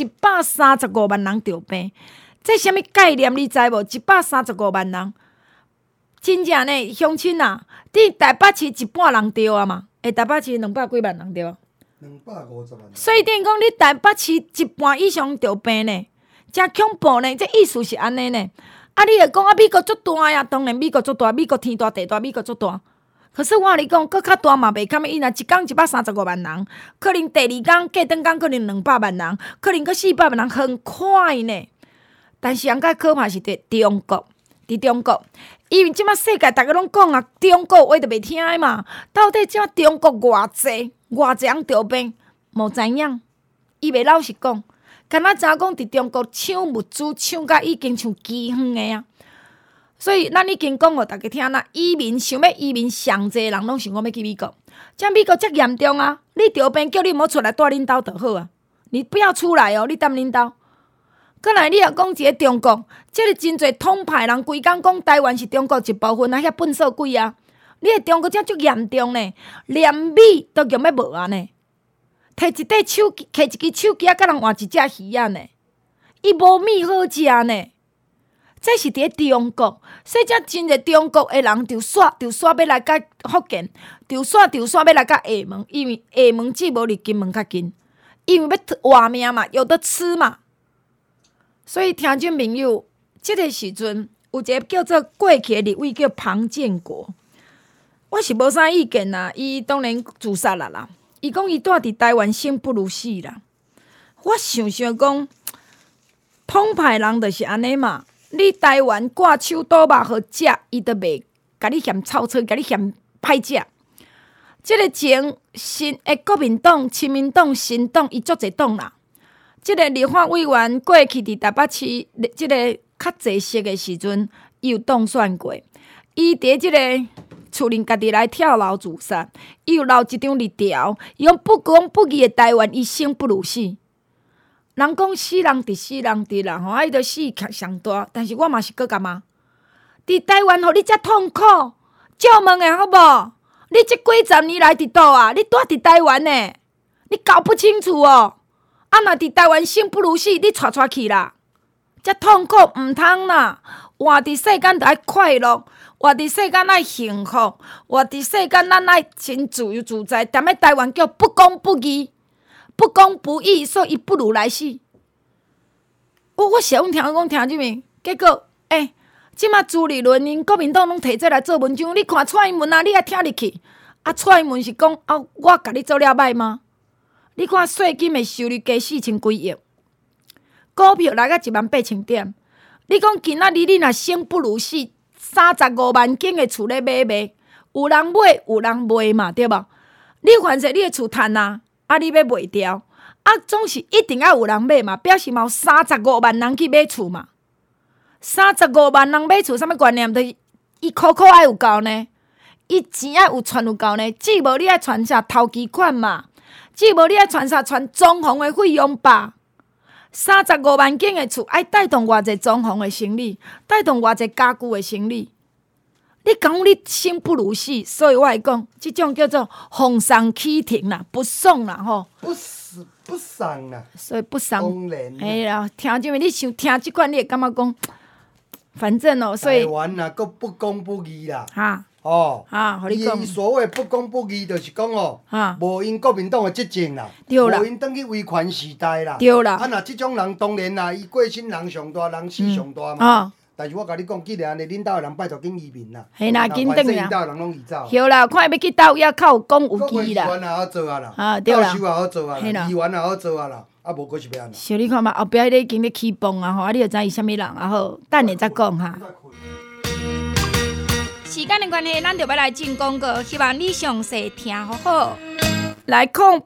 B: 135万人着病。这什么概念？你知无？135万人，真正呢，乡亲啊，伫台北市1半人着啊嘛，台北市200几万人着，250万。所以等于讲，你台北市一半以上着病呢，真恐怖呢。这意思是安尼呢。你会讲美国足大呀？当然美国足大，美国天大地大，美国足大。可是我跟你讲，搁较大嘛袂堪伊若一天135万人，可能第二天过转天可能200万人，可能搁400万人，很快呢。但是上较可怕是伫中国，因为即马世界逐个拢讲啊，中国话就袂听的嘛。到底即马中国偌济人着病，无知影，伊袂老实讲。敢若知影讲伫中国抢物资，抢甲已经像饥荒的啊。所以咱已经讲互大家听啦，想要移民上济人拢想讲要去美国，这美国遮严重啊！你着病叫你莫出来带恁兜就好啊，你不要出来哦，你踮恁兜。过来，你也讲一个中国，即个真侪统派人规工讲台湾是中国一部分啊，遐粪扫鬼啊！你个中国遮足严重呢，连米都强要无啊呢！摕一块手机，摕一支手机啊，甲人换一只鱼啊呢！伊无米好食呢。这是伫中国，所以遮真侪中国的人就煞要来甲福建，就煞要来甲厦门，因为厦门只无离金门较近，因为要活命嘛，有得吃嘛。所以听众朋友，这个时阵有一个叫做过去的立委叫庞建国，我是无啥意见啦。伊当然自杀啦，伊讲伊住伫台湾生不如死啦。我想讲，统派人就是安尼嘛。你台湾挂手倒肉好食，伊都袂甲你嫌臭臭，甲你嫌歹食。即个前国民党、亲民党、新党，伊足侪党啦。即个立法委员过去伫台北市，即个较济色的时阵，伊有当选过。 伊伫即个厝里家己来跳楼自杀，伊有留一张字条，伊讲不公不义的台湾，伊生不如死。人讲死人伫死人伫啦，吼，伊着死上大，但是我嘛是搁干嘛？伫台湾，互你遮痛苦，借问的好无？你这几十年来伫倒啊？你住伫台湾呢？你搞不清楚哦！啊，若伫台湾生不如死，你带去啦！遮痛苦毋通啦！活伫世间着爱快乐，活伫世间爱幸福，活伫世间咱爱真自由自在。踮咧台湾叫不公不义。不公不义，所以不如来死。我想听即面，结果即马朱立伦因国民党拢摕这来做文章，你看蔡英文啊，你也听入去。啊，蔡英文是讲我甲你做了歹吗？你看税金的收入加4000几亿，股票来到18000点。你讲今仔日你若生不如死，35万间的厝咧买，有人买有人卖嘛，对无？你反正你的厝趁啊。你要卖掉，总是一定要有人买嘛，表示嘛有35万人去买厝嘛。35万人买厝，啥物观念？就是伊箍爱有够呢，伊钱爱有传有够呢。只无你爱传啥头期款嘛，只无你爱传啥传装潢的费用吧。35万间的厝，爱带动偌济装潢的生理，带动偌济家具的生理。你讲你生不如死，所以我会讲，这种叫做逢上起停啦，不爽啦吼。不死不爽啦，所以不爽。哎啦，听这面你想听这款，你会感觉讲，反正哦，所以
G: 台湾啊，佫不公不义啦。
B: 哈。
G: 哦。
B: 互你讲。
G: 伊所谓不公不义，就是讲哦，无因国民党的执政啦，
B: 对啦，
G: 无因等去威权时代啦，
B: 对啦。
G: 若即种人当然啦，伊过身人上大，人死上大嘛。但是我甲你讲，既然安尼，恁兜的人拜托紧移民啦。
B: 嘿啦，紧转啦。
G: 恁兜的人拢移走。
B: 对啦，看要去倒也较有讲有机啦。
G: 议员也好做啊
B: 啦，对啦。
G: 教授也好做啊啦，议员也好做啊啦，无佫是要安怎？
B: 像你看嘛，后壁迄个已经咧起蹦啊吼，你就知伊啥物人啊好，等下再讲哈。时间的关系，咱就要来进广告，希望你详细听好好。来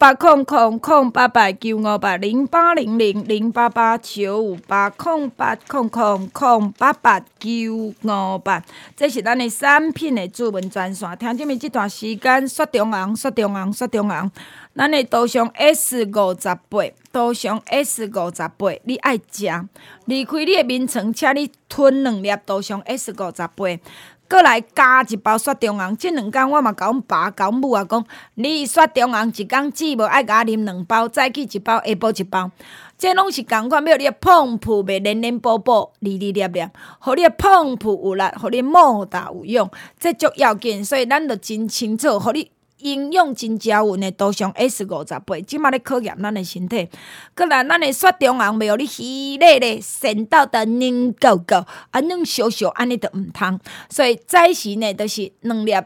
B: 0800-088-958-088-958-088-958，这是咱的产品的主文专线。听这面这段时间，雪中红，咱的刀上 S58，刀上 S58，你爱食，离开你的眠床，请你吞2粒刀上 S58。过来加一包雪中红，这2天我嘛甲阮爸、甲阮母啊讲，你雪中红一天只无爱甲我啉2包，早起1包，下晡1包。这拢是共款，要你的碰扑袂黏黏补补、哩哩粒粒，互你的碰扑有力，互你莫大有用，这足要紧。所以咱就真清楚，互你营养真加稳的刀上 S58，即马咧考验咱的身体。过来，咱的雪中红袂互你稀咧咧、咸到的黏糊糊，软烧烧安尼就毋通。所以早时呢，就是2粒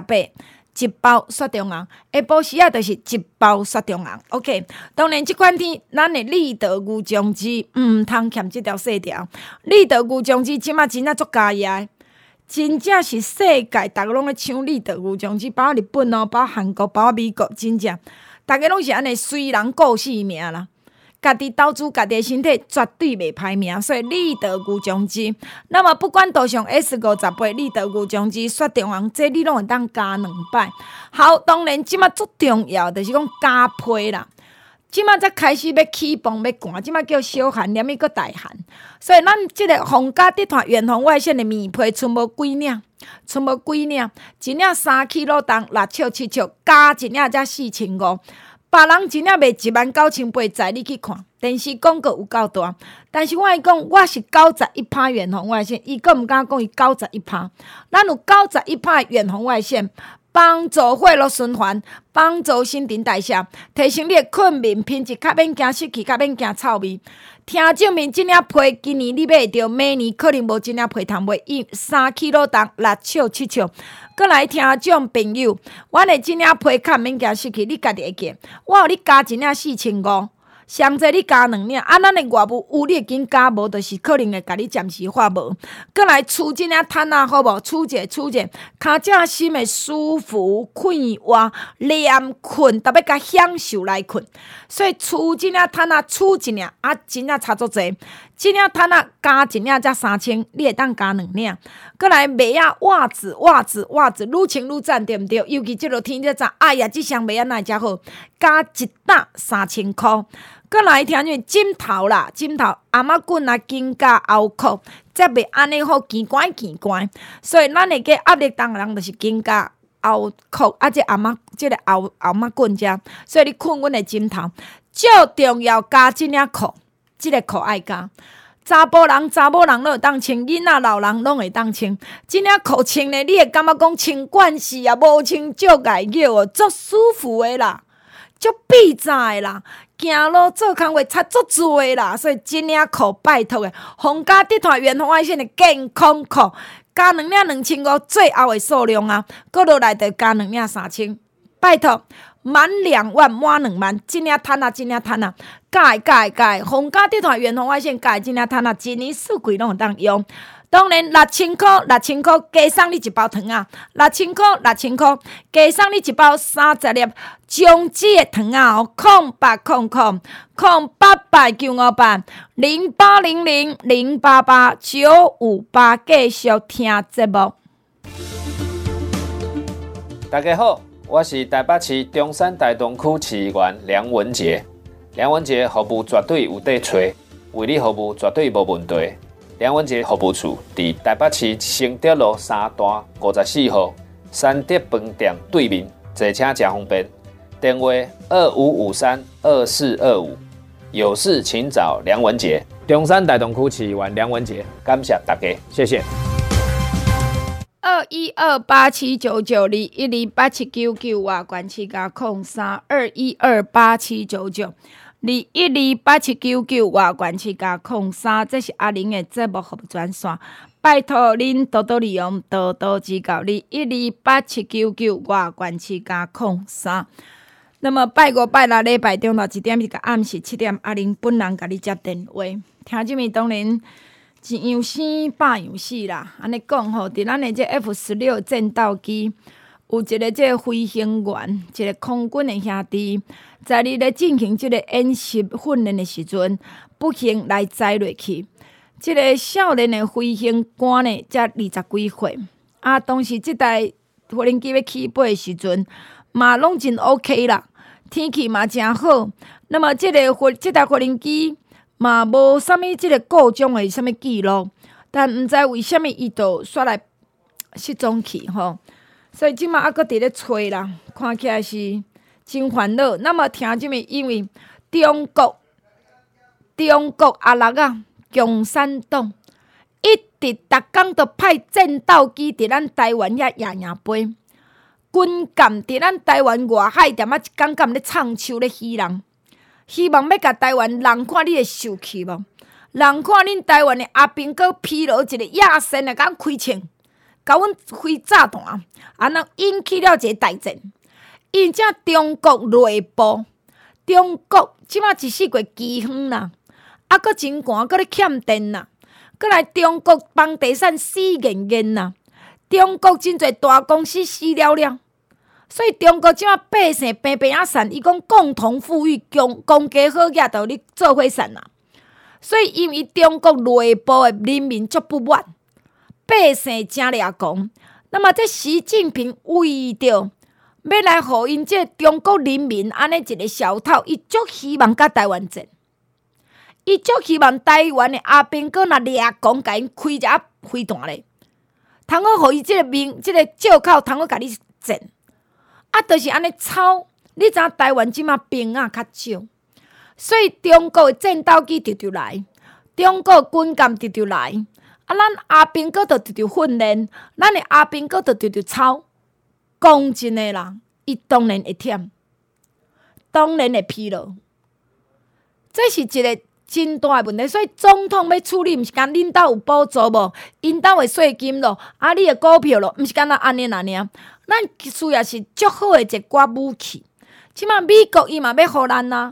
B: 58。1包雪中红，下晡时啊，就是1包雪中红。OK， 当然，即款天，咱的立德牛酱汁毋通欠即条细条。立德牛酱汁即马真正足加业，真正是世界逐个拢咧抢立德牛酱汁，包括日本哦，包括韩国，包括美国，真正逐个拢是安尼随人顾性命啦。家己投资家己的身体绝对袂歹命，所以立德牛酱汁。那么不管刀上 S58，立德牛酱汁、雪中红，这你拢会当加2摆。好，当然即马最重要就是讲加配啦。即马才开始要起蹦要寒，即马叫小寒，连伊个大寒。所以咱即个皇家集团远红外线的棉被，剩无几领，一领3 kg 重，6尺7尺，加一领才4500。别人一领卖19800，你去看电视广告有够大，但是我会讲，我是91%远红外线，伊佫毋敢讲伊91%，咱有91%远红外线，帮助血液循环，帮助新陈代谢，提升你的困眠品质，较免惊失去，较免惊臭味。听证明，这领被今年你买会到，明年可能无这领被通买。伊3 kg 重，6尺7尺。过来听种朋友，阮的这领被较免惊失去，你家己会记。我互你加一领4500， 上济你加2领，啊，咱的外务有你会紧加，无就是可能会甲你暂时发无。过来厝即领摊啊，好无？厝者，骹正心会舒服、快活、连困，特别甲享受来困。所以厝即领摊啊，厝一领啊，真正差足济。即领摊啊，加一领才3000，你会当加2领。过来袜啊，袜子，愈穿愈赞，对毋对？尤其即落天这早，哎呀，即双袜啊哪会遮好？加一担3000块。过来听见枕头啦，阿嬷棍啊，金甲后裤，则袂安尼好奇怪。所以咱会个压力当然就是金甲后裤，啊，这阿嬷即个后嬷棍遮，所以你困阮的枕头，最重要加即领裤，即个裤爱加。查某人拢会当穿，囡仔老人拢会当穿。即领裤穿咧，你会感觉讲穿惯势啊，无穿足碍脚哦，足舒服的啦，足避在啦。行路做工会擦足多啦，所以即领裤拜托的，皇家集团元红外线的健康裤，加2领2500，最后的数量啊，搁落来就加2领3000，拜托。满2万，满2万，即领摊啊，改，皇家集团元红外线改即领摊啊，一年四季拢有当用。当然6000块，加送你一包糖啊！6000块，加送你一包30粒姜子的糖啊！哦，080095800800 0800088958，继续听节目。
H: 大家好，我是台北市中山大同区市议员梁文杰。梁文杰服务绝对有底找，为你服务绝对无问题。梁文杰服务处伫台北市承德路3段54号三德饭店对面，坐车真方便。电话25532425，有事请找梁文杰。中山大同区市议员梁文杰，感谢大家，谢谢。
B: 212879921287992外关市加03，212879921287992外关市加03，这是阿玲的节目服务专线，拜托您多多利用，多多指教。2128799外关市加03。那么拜5拜6礼拜中到1点，是到暗时7点，阿玲本人甲你接电话。听这面当然一样生百样死啦，安尼讲吼，伫咱的这 F16 战斗机。有一个这飞行员，一个空军的兄弟，在你咧进行这个演习训练的时阵，不幸来栽落去。这个少年的飞行官呢，才20几岁，啊，当时这台飞行机要起飞的时阵，嘛拢真 OK 啦，天气嘛真好。那么这台飞行机嘛无啥物这个故障的啥物记录，但毋知为虾米伊就煞来失踪去吼。所以即马还搁伫咧找啦，看起来是真烦恼。那么听即面，因为中国阿六啊，共产党一直逐工都派战斗机伫咱台湾遐夜飞，军舰伫咱台湾外海点啊一工敢咧唱秋咧戏人，希望要甲台湾人看你会受气无？人看恁台湾的阿兵哥披露一个野戦的，敢开枪。甲阮飞炸弹，那引起了一个大战。因正中国内部，中国即马一四月饥荒啦，啊，搁真寒，搁咧欠电啦，搁来中国房地产死严啦，中国真侪大公司死了，所以中国即马百姓平平啊散，伊讲共同富裕，公家好业，就你做伙散啦。所以因为中国内部的人民足不满。百姓真掠狂，那么这习近平为着要来互因这中国人民安尼一个小套，伊足希望甲台湾战，伊足希望台湾的阿兵哥若掠狂，甲因开一下飞弹咧，通好互伊这个借口通好甲你战，啊，就是安尼吵。你知影台湾即马兵啊较少，所以中国的战斗机直来，中国军舰直来。啊，咱阿兵哥就直训练，咱的阿兵哥就直操。讲真诶啦，伊当然会忝，当然会疲劳。这是一个真大诶问题，所以总统要处理，毋是讲恁兜有补助无，因兜诶税金咯，啊，你诶股票咯，毋是干那安尼尔。咱需要是足好诶一寡武器。即马美国伊嘛要互咱啊，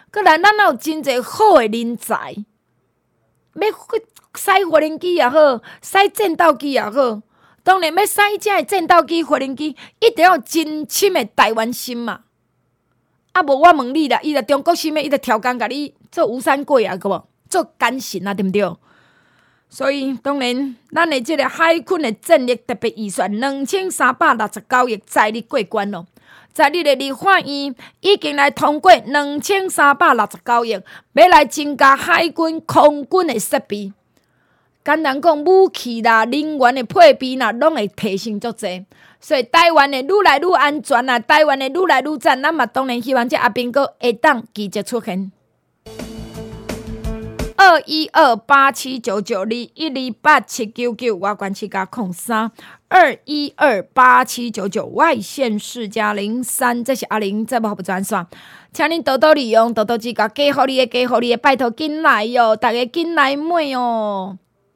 B: 过来咱有真侪好诶人才，要驶无人机也好，驶战斗机也好，当然要驶遮诶战斗机、无人机，一定要真深诶台湾心嘛。啊，无我问你啦，伊着中国心诶，伊着挑工甲你做吴三桂啊，个无做奸臣啊，对毋对？所以当然，咱诶即个海军诶战力特别预算2369亿载入过关咯。在你的立法院已经来通过2369亿，要来增加海军、空军的设备。简单讲，武器啦、人员的配备啦，拢会提升足侪。所以台湾的愈来愈安全啦，台湾的愈来愈赞，咱嘛当然希望这阿兵哥会当积极出现。212879921287799外关市加03，2128799外县市加03，这是阿玲节目服务专线，请恁多多利用，多多指教，加互你的，加互你的，拜托紧来哟，大家紧来买哦。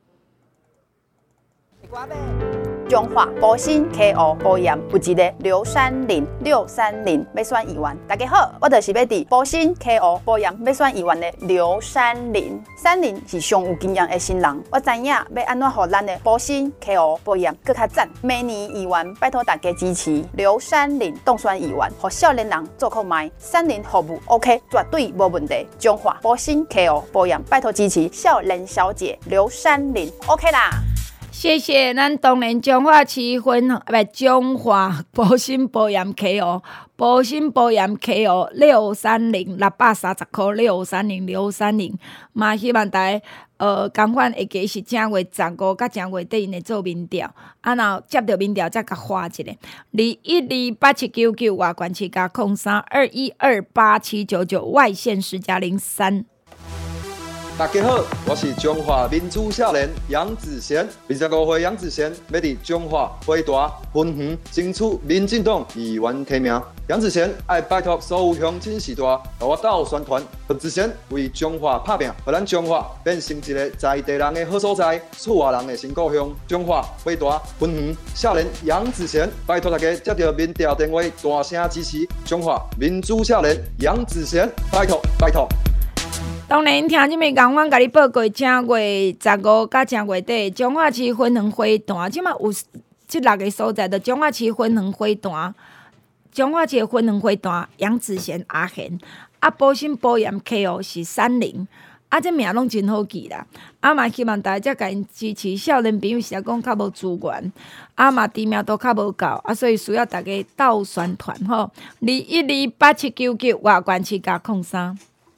I: 中华保险 KO 保险有一个630要选议员。大家好，我就是要伫保险 KO 保险要选议员的630是上有经验的新人。我知影要安怎让咱的保险 KO 保险更较赞。明年议员拜托大家支持630当选议员，让少年人做购买，3年服务 OK 绝对无问题。中华保险 KO 保险拜托支持少年小姐630 OK 啦。
B: 谢谢，咱当然中华市中华保险保险 KO 保险保险 KO 630-630块630，嘛希望大家共款会记是正月15甲正月底因会做民调，啊，若接到民调再甲发一个2128799外关市加03，2128799外县市加03。
J: 大家好，我是中华民主少年杨子贤，25岁杨子贤要伫中华回大分园争取民进党议员提名。杨子贤爱拜托所有乡亲时代，和我斗宣传，杨子贤为中华打拼，让咱中华变成一个在地人的好所在，厝外人的新故乡。中华回大分园少年杨子贤，拜托大家接到民调电话，大声支持中华民主少年杨子贤，拜托拜托。
B: 当然，听即面讲，阮甲你报过正月15甲正月底，中华市分园花坛，即马有这6个所在，就中华市分园花坛，中华市分园花坛，杨子贤阿贤，啊，保险保险 KO 是30，啊，这名拢真好记啦。啊嘛，希望大家甲因支持，少年朋友是讲较无资源，啊嘛知名度较无够，啊，所以需要大家斗宣传吼。2128799外关市加03。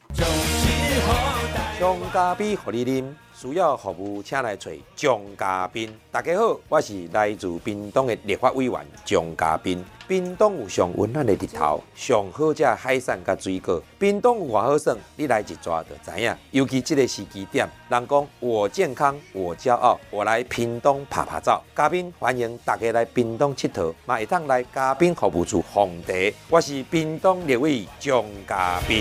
K: 姜家冰互你啉，需要服务请来找姜家冰。大家好，我是来自屏东的立法委员姜家冰。屏东有上温暖的日头，上好食海产甲水果。屏东有偌好耍，你来一抓就知影。尤其这个时机点，人讲我健康我骄傲，我来屏东拍拍照。嘉宾欢迎大家来屏东佚佗，嘛会当来嘉宾服务处奉茶。我是屏东立委姜家冰。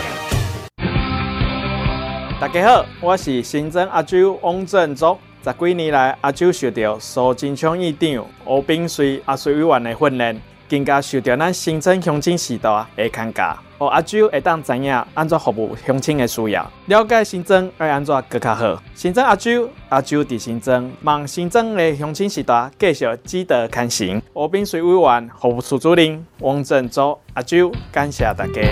C: 大家好，我是新增阿周汪振竹。10几年来，阿周受到苏贞昌议长吴秉叡阿水委员的训练，更加受到咱新增乡亲时代的看教，让阿周会当知影安怎服务乡亲的需要，了解新增要安怎更较好。新增阿周伫新增，望新增的乡亲时代继续积德看行。吴秉叡委员服务处主任汪振竹阿周，感谢大家。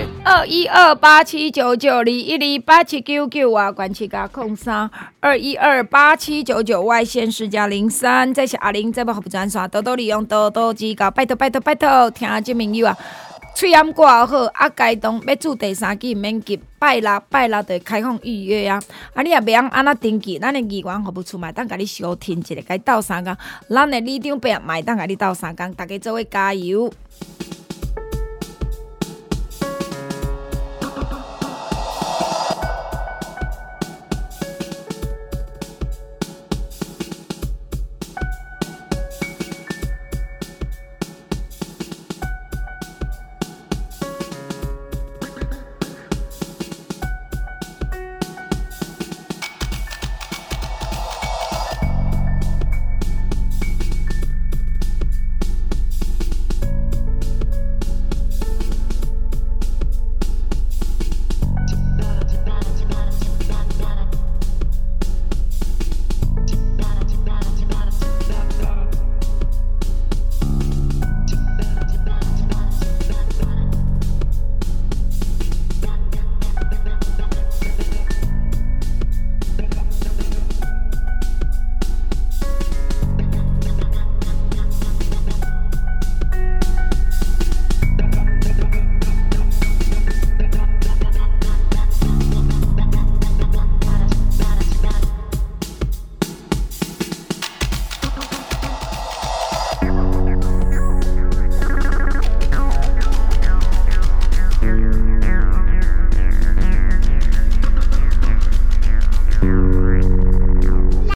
B: 212879921287799外关市加03，2128799外县市加03，这是阿玲节目服务专线，多多利用，多多指教，拜托拜托拜托，听这朋友啊！喙炎挂好，啊，该当要住第3季，免急，拜六就开放预约啊！啊，你也袂用安那登记，咱的议员服务处嘛，当甲你小停一下，甲你斗3工，咱的里长伯嘛，当甲你斗3工，大家做伙加油！